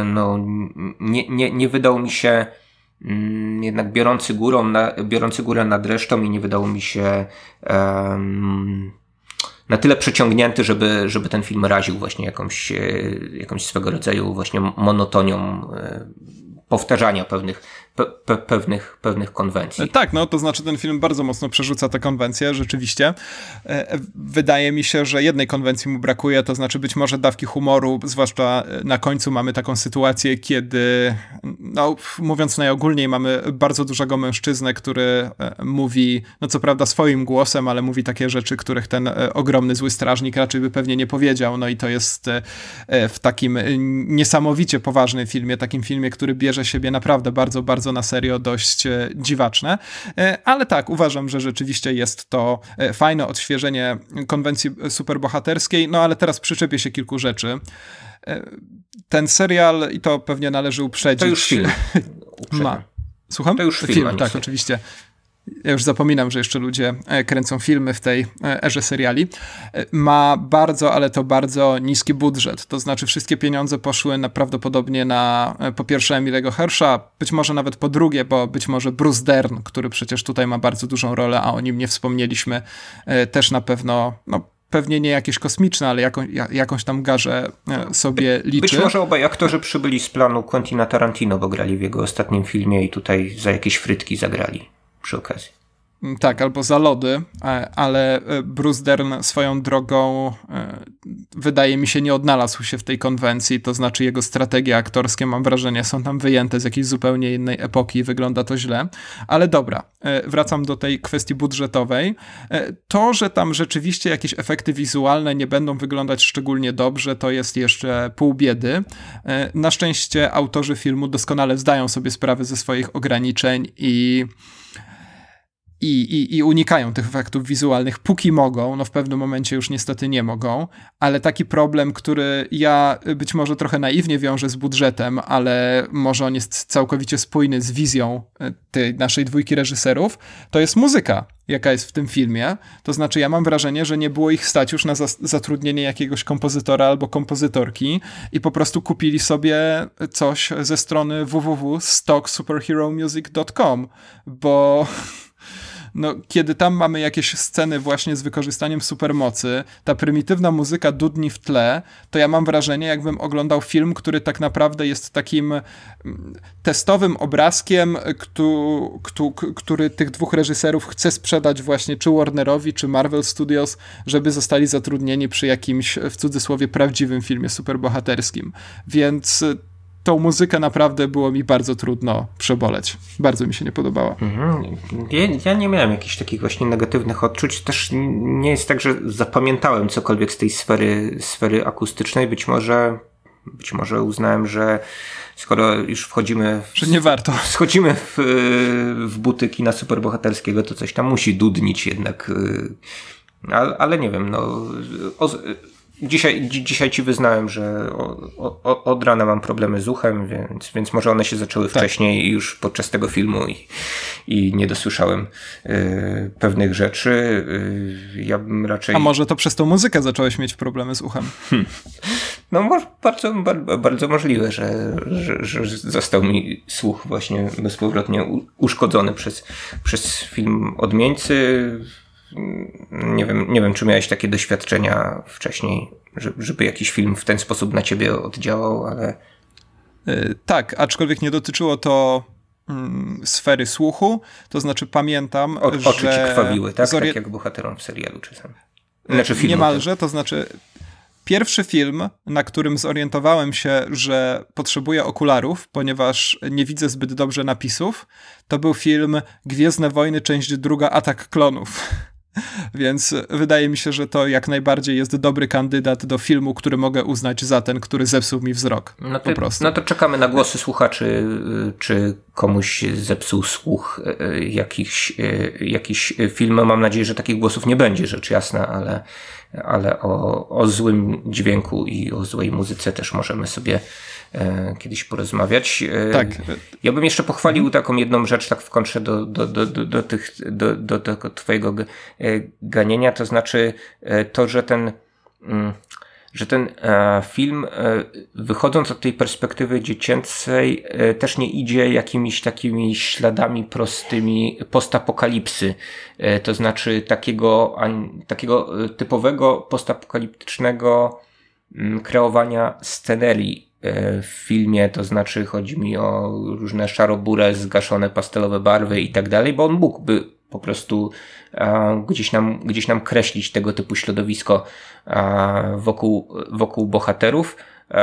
nie wydał mi się jednak biorący górę nad resztą i nie wydało mi się na tyle przeciągnięty, żeby ten film raził właśnie jakąś swego rodzaju właśnie monotonią powtarzania pewnych konwencji. Tak, to znaczy ten film bardzo mocno przerzuca te konwencje, rzeczywiście. Wydaje mi się, że jednej konwencji mu brakuje, to znaczy być może dawki humoru, zwłaszcza na końcu mamy taką sytuację, kiedy, mówiąc najogólniej, mamy bardzo dużego mężczyznę, który mówi, co prawda swoim głosem, ale mówi takie rzeczy, których ten ogromny zły strażnik raczej by pewnie nie powiedział, i to jest w takim niesamowicie poważnym filmie, takim filmie, który bierze siebie naprawdę bardzo, bardzo na serio, dość dziwaczne, ale tak, uważam, że rzeczywiście jest to fajne odświeżenie konwencji superbohaterskiej, ale teraz przyczepię się kilku rzeczy. Ten serial, i to pewnie należy uprzedzić... To już film. Słucham? To już film, tak, oczywiście. Ja już zapominam, że jeszcze ludzie kręcą filmy w tej erze seriali. Ma bardzo, ale to bardzo niski budżet. To znaczy wszystkie pieniądze poszły prawdopodobnie na po pierwsze Emilego Hirscha, być może nawet po drugie, bo być może Bruce Dern, który przecież tutaj ma bardzo dużą rolę, a o nim nie wspomnieliśmy, też na pewno... pewnie nie jakieś kosmiczne, ale jakąś tam garzę sobie liczy. Być może obaj aktorzy przybyli z planu Quentina Tarantino, bo grali w jego ostatnim filmie i tutaj za jakieś frytki zagrali przy okazji. Tak, albo za lody, ale Bruce Dern swoją drogą wydaje mi się nie odnalazł się w tej konwencji, to znaczy jego strategie aktorskie, mam wrażenie, są tam wyjęte z jakiejś zupełnie innej epoki i wygląda to źle. Ale dobra, wracam do tej kwestii budżetowej. To, że tam rzeczywiście jakieś efekty wizualne nie będą wyglądać szczególnie dobrze, to jest jeszcze pół biedy. Na szczęście autorzy filmu doskonale zdają sobie sprawę ze swoich ograniczeń i i unikają tych efektów wizualnych, póki mogą, no w pewnym momencie już niestety nie mogą, ale taki problem, który ja być może trochę naiwnie wiążę z budżetem, ale może on jest całkowicie spójny z wizją tej naszej dwójki reżyserów, to jest muzyka, jaka jest w tym filmie. To znaczy ja mam wrażenie, że nie było ich stać już na zatrudnienie jakiegoś kompozytora albo kompozytorki i po prostu kupili sobie coś ze strony www.stocksuperheromusic.com, bo no, kiedy tam mamy jakieś sceny właśnie z wykorzystaniem supermocy, ta prymitywna muzyka dudni w tle, to ja mam wrażenie, jakbym oglądał film, który tak naprawdę jest takim testowym obrazkiem, który tych dwóch reżyserów chce sprzedać właśnie czy Warnerowi, czy Marvel Studios, żeby zostali zatrudnieni przy jakimś, w cudzysłowie, prawdziwym filmie superbohaterskim. Więc tą muzykę naprawdę było mi bardzo trudno przeboleć. Bardzo mi się nie podobała. Ja nie miałem jakichś takich właśnie negatywnych odczuć. Też nie jest tak, że zapamiętałem cokolwiek z tej sfery akustycznej. Być może uznałem, że skoro już że nie warto. Schodzimy w buty kina superbohaterskiego, to coś tam musi dudnić jednak. Ale nie wiem, no... Dzisiaj ci wyznałem, że od rana mam problemy z uchem, więc może one się zaczęły wcześniej już podczas tego filmu i nie dosłyszałem pewnych rzeczy. Ja bym raczej... A może to przez tą muzykę zacząłeś mieć problemy z uchem? No może bardzo możliwe, że został mi słuch właśnie bezpowrotnie uszkodzony przez film Odmieńcy. Nie wiem, czy miałeś takie doświadczenia wcześniej, żeby jakiś film w ten sposób na ciebie oddziałał, ale... Tak, aczkolwiek nie dotyczyło to sfery słuchu, to znaczy pamiętam, że... Oczy ci krwawiły, tak? Tak jak bohaterom w serialu czasem. Znaczy filmu. Niemalże, to znaczy... Pierwszy film, na którym zorientowałem się, że potrzebuję okularów, ponieważ nie widzę zbyt dobrze napisów, to był film Gwiezdne Wojny, część 2, Atak Klonów. Więc wydaje mi się, że to jak najbardziej jest dobry kandydat do filmu, który mogę uznać za ten, który zepsuł mi wzrok. Po prostu. No to czekamy na głosy słuchaczy, czy komuś zepsuł słuch jakiś film. Mam nadzieję, że takich głosów nie będzie, rzecz jasna, ale o złym dźwięku i o złej muzyce też możemy sobie kiedyś porozmawiać. Tak. Ja bym jeszcze pochwalił taką jedną rzecz, tak w kontrze do tego twojego ganienia, to znaczy to, że ten film, wychodząc od tej perspektywy dziecięcej, też nie idzie jakimiś takimi śladami prostymi postapokalipsy. To znaczy takiego typowego postapokaliptycznego kreowania scenerii w filmie, to znaczy chodzi mi o różne szarobure, zgaszone pastelowe barwy i tak dalej, bo on mógłby po prostu gdzieś nam kreślić tego typu środowisko wokół bohaterów.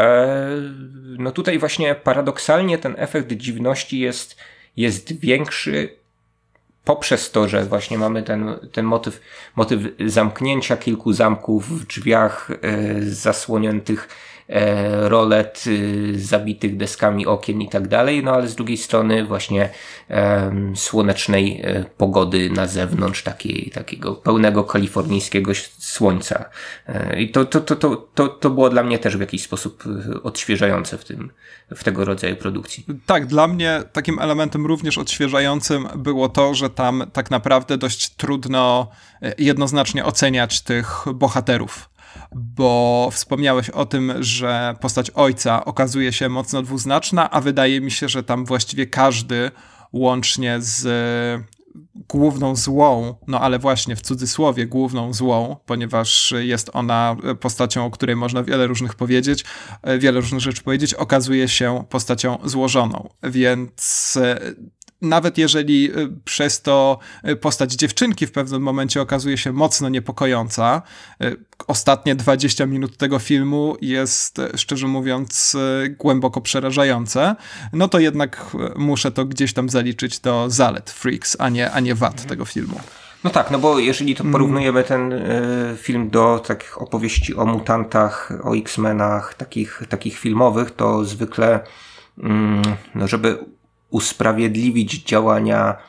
No tutaj właśnie paradoksalnie ten efekt dziwności jest większy poprzez to, że właśnie mamy ten motyw zamknięcia kilku zamków w drzwiach zasłoniętych rolet, zabitych deskami okien i tak dalej, no ale z drugiej strony właśnie słonecznej pogody na zewnątrz, takiego pełnego kalifornijskiego słońca. I to było dla mnie też w jakiś sposób odświeżające w tego rodzaju produkcji. Tak, dla mnie takim elementem również odświeżającym było to, że tam tak naprawdę dość trudno jednoznacznie oceniać tych bohaterów. Bo wspomniałeś o tym, że postać ojca okazuje się mocno dwuznaczna, a wydaje mi się, że tam właściwie każdy, łącznie z główną złą, no ale właśnie w cudzysłowie główną złą, ponieważ jest ona postacią, o której można wiele różnych rzeczy powiedzieć, okazuje się postacią złożoną. Więc nawet jeżeli przez to postać dziewczynki w pewnym momencie okazuje się mocno niepokojąca, ostatnie 20 minut tego filmu jest, szczerze mówiąc, głęboko przerażające, no to jednak muszę to gdzieś tam zaliczyć do zalet Freaks, a nie wad tego filmu. No tak, no bo jeżeli to porównujemy ten film do takich opowieści o mutantach, o X-Menach, takich filmowych, to zwykle, no żeby usprawiedliwić działania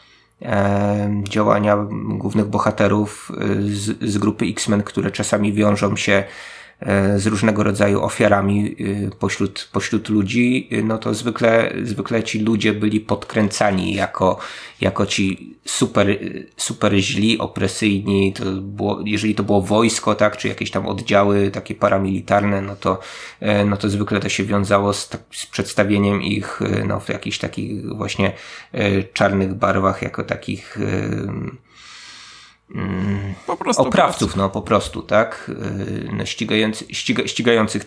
działania głównych bohaterów z grupy X-Men, które czasami wiążą się z różnego rodzaju ofiarami pośród ludzi, no to zwykle ci ludzie byli podkręcani jako ci super źli, opresyjni. To było, jeżeli to było wojsko, tak, czy jakieś tam oddziały takie paramilitarne, no to zwykle to się wiązało z przedstawieniem ich w jakichś takich właśnie czarnych barwach, jako takich po prostu oprawców, po prostu, tak? Ścigających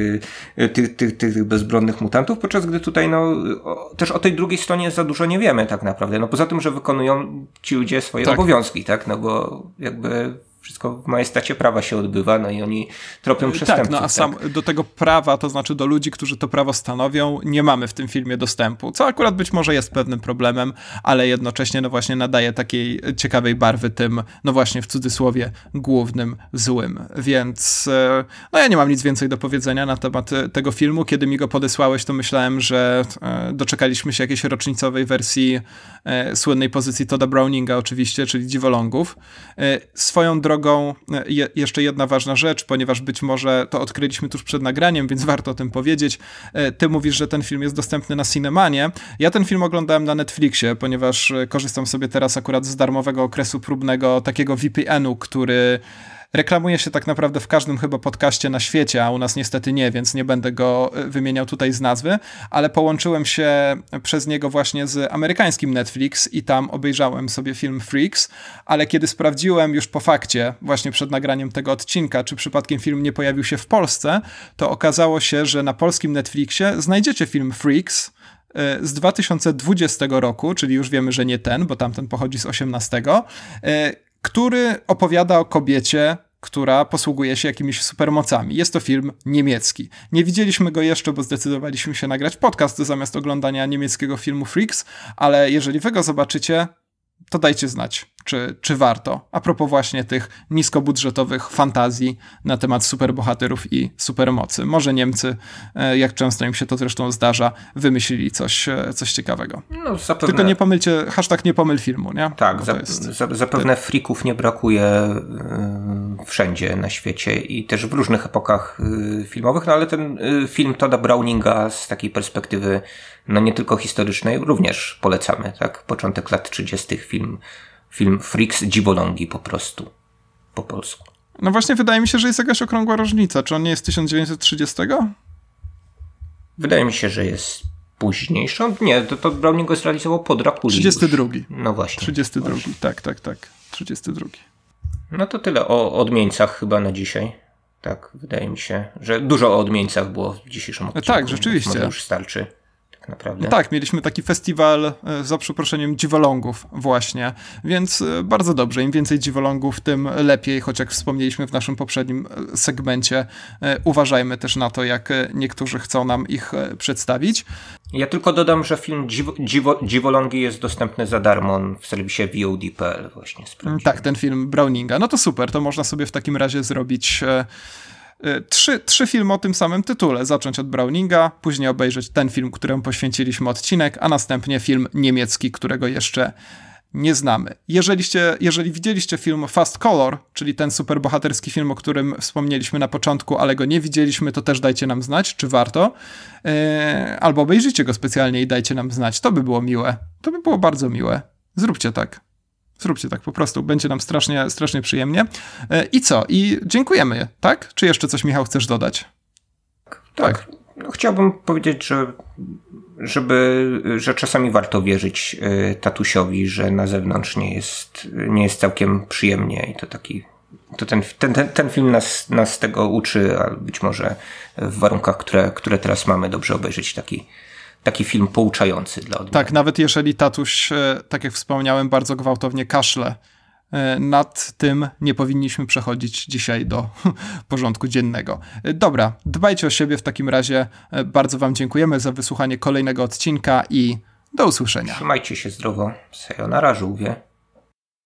tych bezbronnych mutantów, podczas gdy tutaj, też o tej drugiej stronie za dużo nie wiemy tak naprawdę. Poza tym, że wykonują ci ludzie swoje obowiązki, tak? Bo jakby wszystko w majestacie prawa się odbywa, i oni tropią przestępców. Tak, a sam do tego prawa, to znaczy do ludzi, którzy to prawo stanowią, nie mamy w tym filmie dostępu, co akurat być może jest pewnym problemem, ale jednocześnie właśnie nadaje takiej ciekawej barwy tym, właśnie w cudzysłowie, głównym złym. Więc ja nie mam nic więcej do powiedzenia na temat tego filmu. Kiedy mi go podesłałeś, to myślałem, że doczekaliśmy się jakiejś rocznicowej wersji słynnej pozycji Todda Browninga oczywiście, czyli Dziwolągów. Swoją drogą jeszcze jedna ważna rzecz, ponieważ być może to odkryliśmy tuż przed nagraniem, więc warto o tym powiedzieć. Ty mówisz, że ten film jest dostępny na Cinemanie. Ja ten film oglądałem na Netflixie, ponieważ korzystam sobie teraz akurat z darmowego okresu próbnego takiego VPN-u, który reklamuje się tak naprawdę w każdym chyba podcaście na świecie, a u nas niestety nie, więc nie będę go wymieniał tutaj z nazwy, ale połączyłem się przez niego właśnie z amerykańskim Netflix i tam obejrzałem sobie film Freaks, ale kiedy sprawdziłem już po fakcie, właśnie przed nagraniem tego odcinka, czy przypadkiem film nie pojawił się w Polsce, to okazało się, że na polskim Netflixie znajdziecie film Freaks z 2020 roku, czyli już wiemy, że nie ten, bo tamten pochodzi z 18, który opowiada o kobiecie, która posługuje się jakimiś supermocami. Jest to film niemiecki. Nie widzieliśmy go jeszcze, bo zdecydowaliśmy się nagrać podcast zamiast oglądania niemieckiego filmu Freaks, ale jeżeli wy go zobaczycie, to dajcie znać, czy warto. A propos właśnie tych niskobudżetowych fantazji na temat superbohaterów i supermocy. Może Niemcy, jak często im się to zresztą zdarza, wymyślili coś ciekawego. Zapewne... Tylko nie pomylcie, nie pomyl filmu, nie? Tak, zapewne freaków nie brakuje wszędzie na świecie i też w różnych epokach filmowych, ale ten film Todda Browninga z takiej perspektywy nie tylko historycznej, również polecamy, tak? Początek lat 30. Film Freaks, Dziwolągi po prostu, po polsku. No właśnie wydaje mi się, że jest jakaś okrągła rocznica. Czy on nie jest 1930? Wydaje mi się, że jest późniejszy. Nie, to Browning go zrealizował po Drakuli. 32. No właśnie. 32, właśnie. Tak. 32. No to tyle o odmieńcach chyba na dzisiaj. Tak, wydaje mi się, że dużo o odmieńcach było w dzisiejszym odcinku. Tak, rzeczywiście. Może już starczy. Naprawdę. Tak, mieliśmy taki festiwal, za przeproszeniem, dziwolągów właśnie, więc bardzo dobrze. Im więcej dziwolągów, tym lepiej, choć jak wspomnieliśmy w naszym poprzednim segmencie, uważajmy też na to, jak niektórzy chcą nam ich przedstawić. Ja tylko dodam, że film Dziwolągi jest dostępny za darmo w serwisie VOD.pl właśnie. Tak, ten film Browninga. No to super, to można sobie w takim razie zrobić... Trzy filmy o tym samym tytule. Zacząć od Browninga, później obejrzeć ten film, któremu poświęciliśmy odcinek, a następnie film niemiecki, którego jeszcze nie znamy. Jeżeli widzieliście film Fast Color, czyli ten superbohaterski film, o którym wspomnieliśmy na początku, ale go nie widzieliśmy, to też dajcie nam znać, czy warto. Albo obejrzyjcie go specjalnie i dajcie nam znać. To by było miłe. To by było bardzo miłe. Zróbcie tak. Zróbcie tak po prostu. Będzie nam strasznie, strasznie przyjemnie. I co? I dziękujemy, tak? Czy jeszcze coś, Michał, chcesz dodać? Tak. No, chciałbym powiedzieć, że czasami warto wierzyć tatusiowi, że na zewnątrz nie jest całkiem przyjemnie i ten film nas tego uczy, a być może w warunkach, które teraz mamy, dobrze obejrzeć taki film pouczający dla odmiany. Tak, nawet jeżeli tatuś, tak jak wspomniałem, bardzo gwałtownie kaszle, nad tym nie powinniśmy przechodzić dzisiaj do porządku dziennego. Dobra, dbajcie o siebie w takim razie. Bardzo wam dziękujemy za wysłuchanie kolejnego odcinka i do usłyszenia. Trzymajcie się zdrowo. Sayonara, żółwie.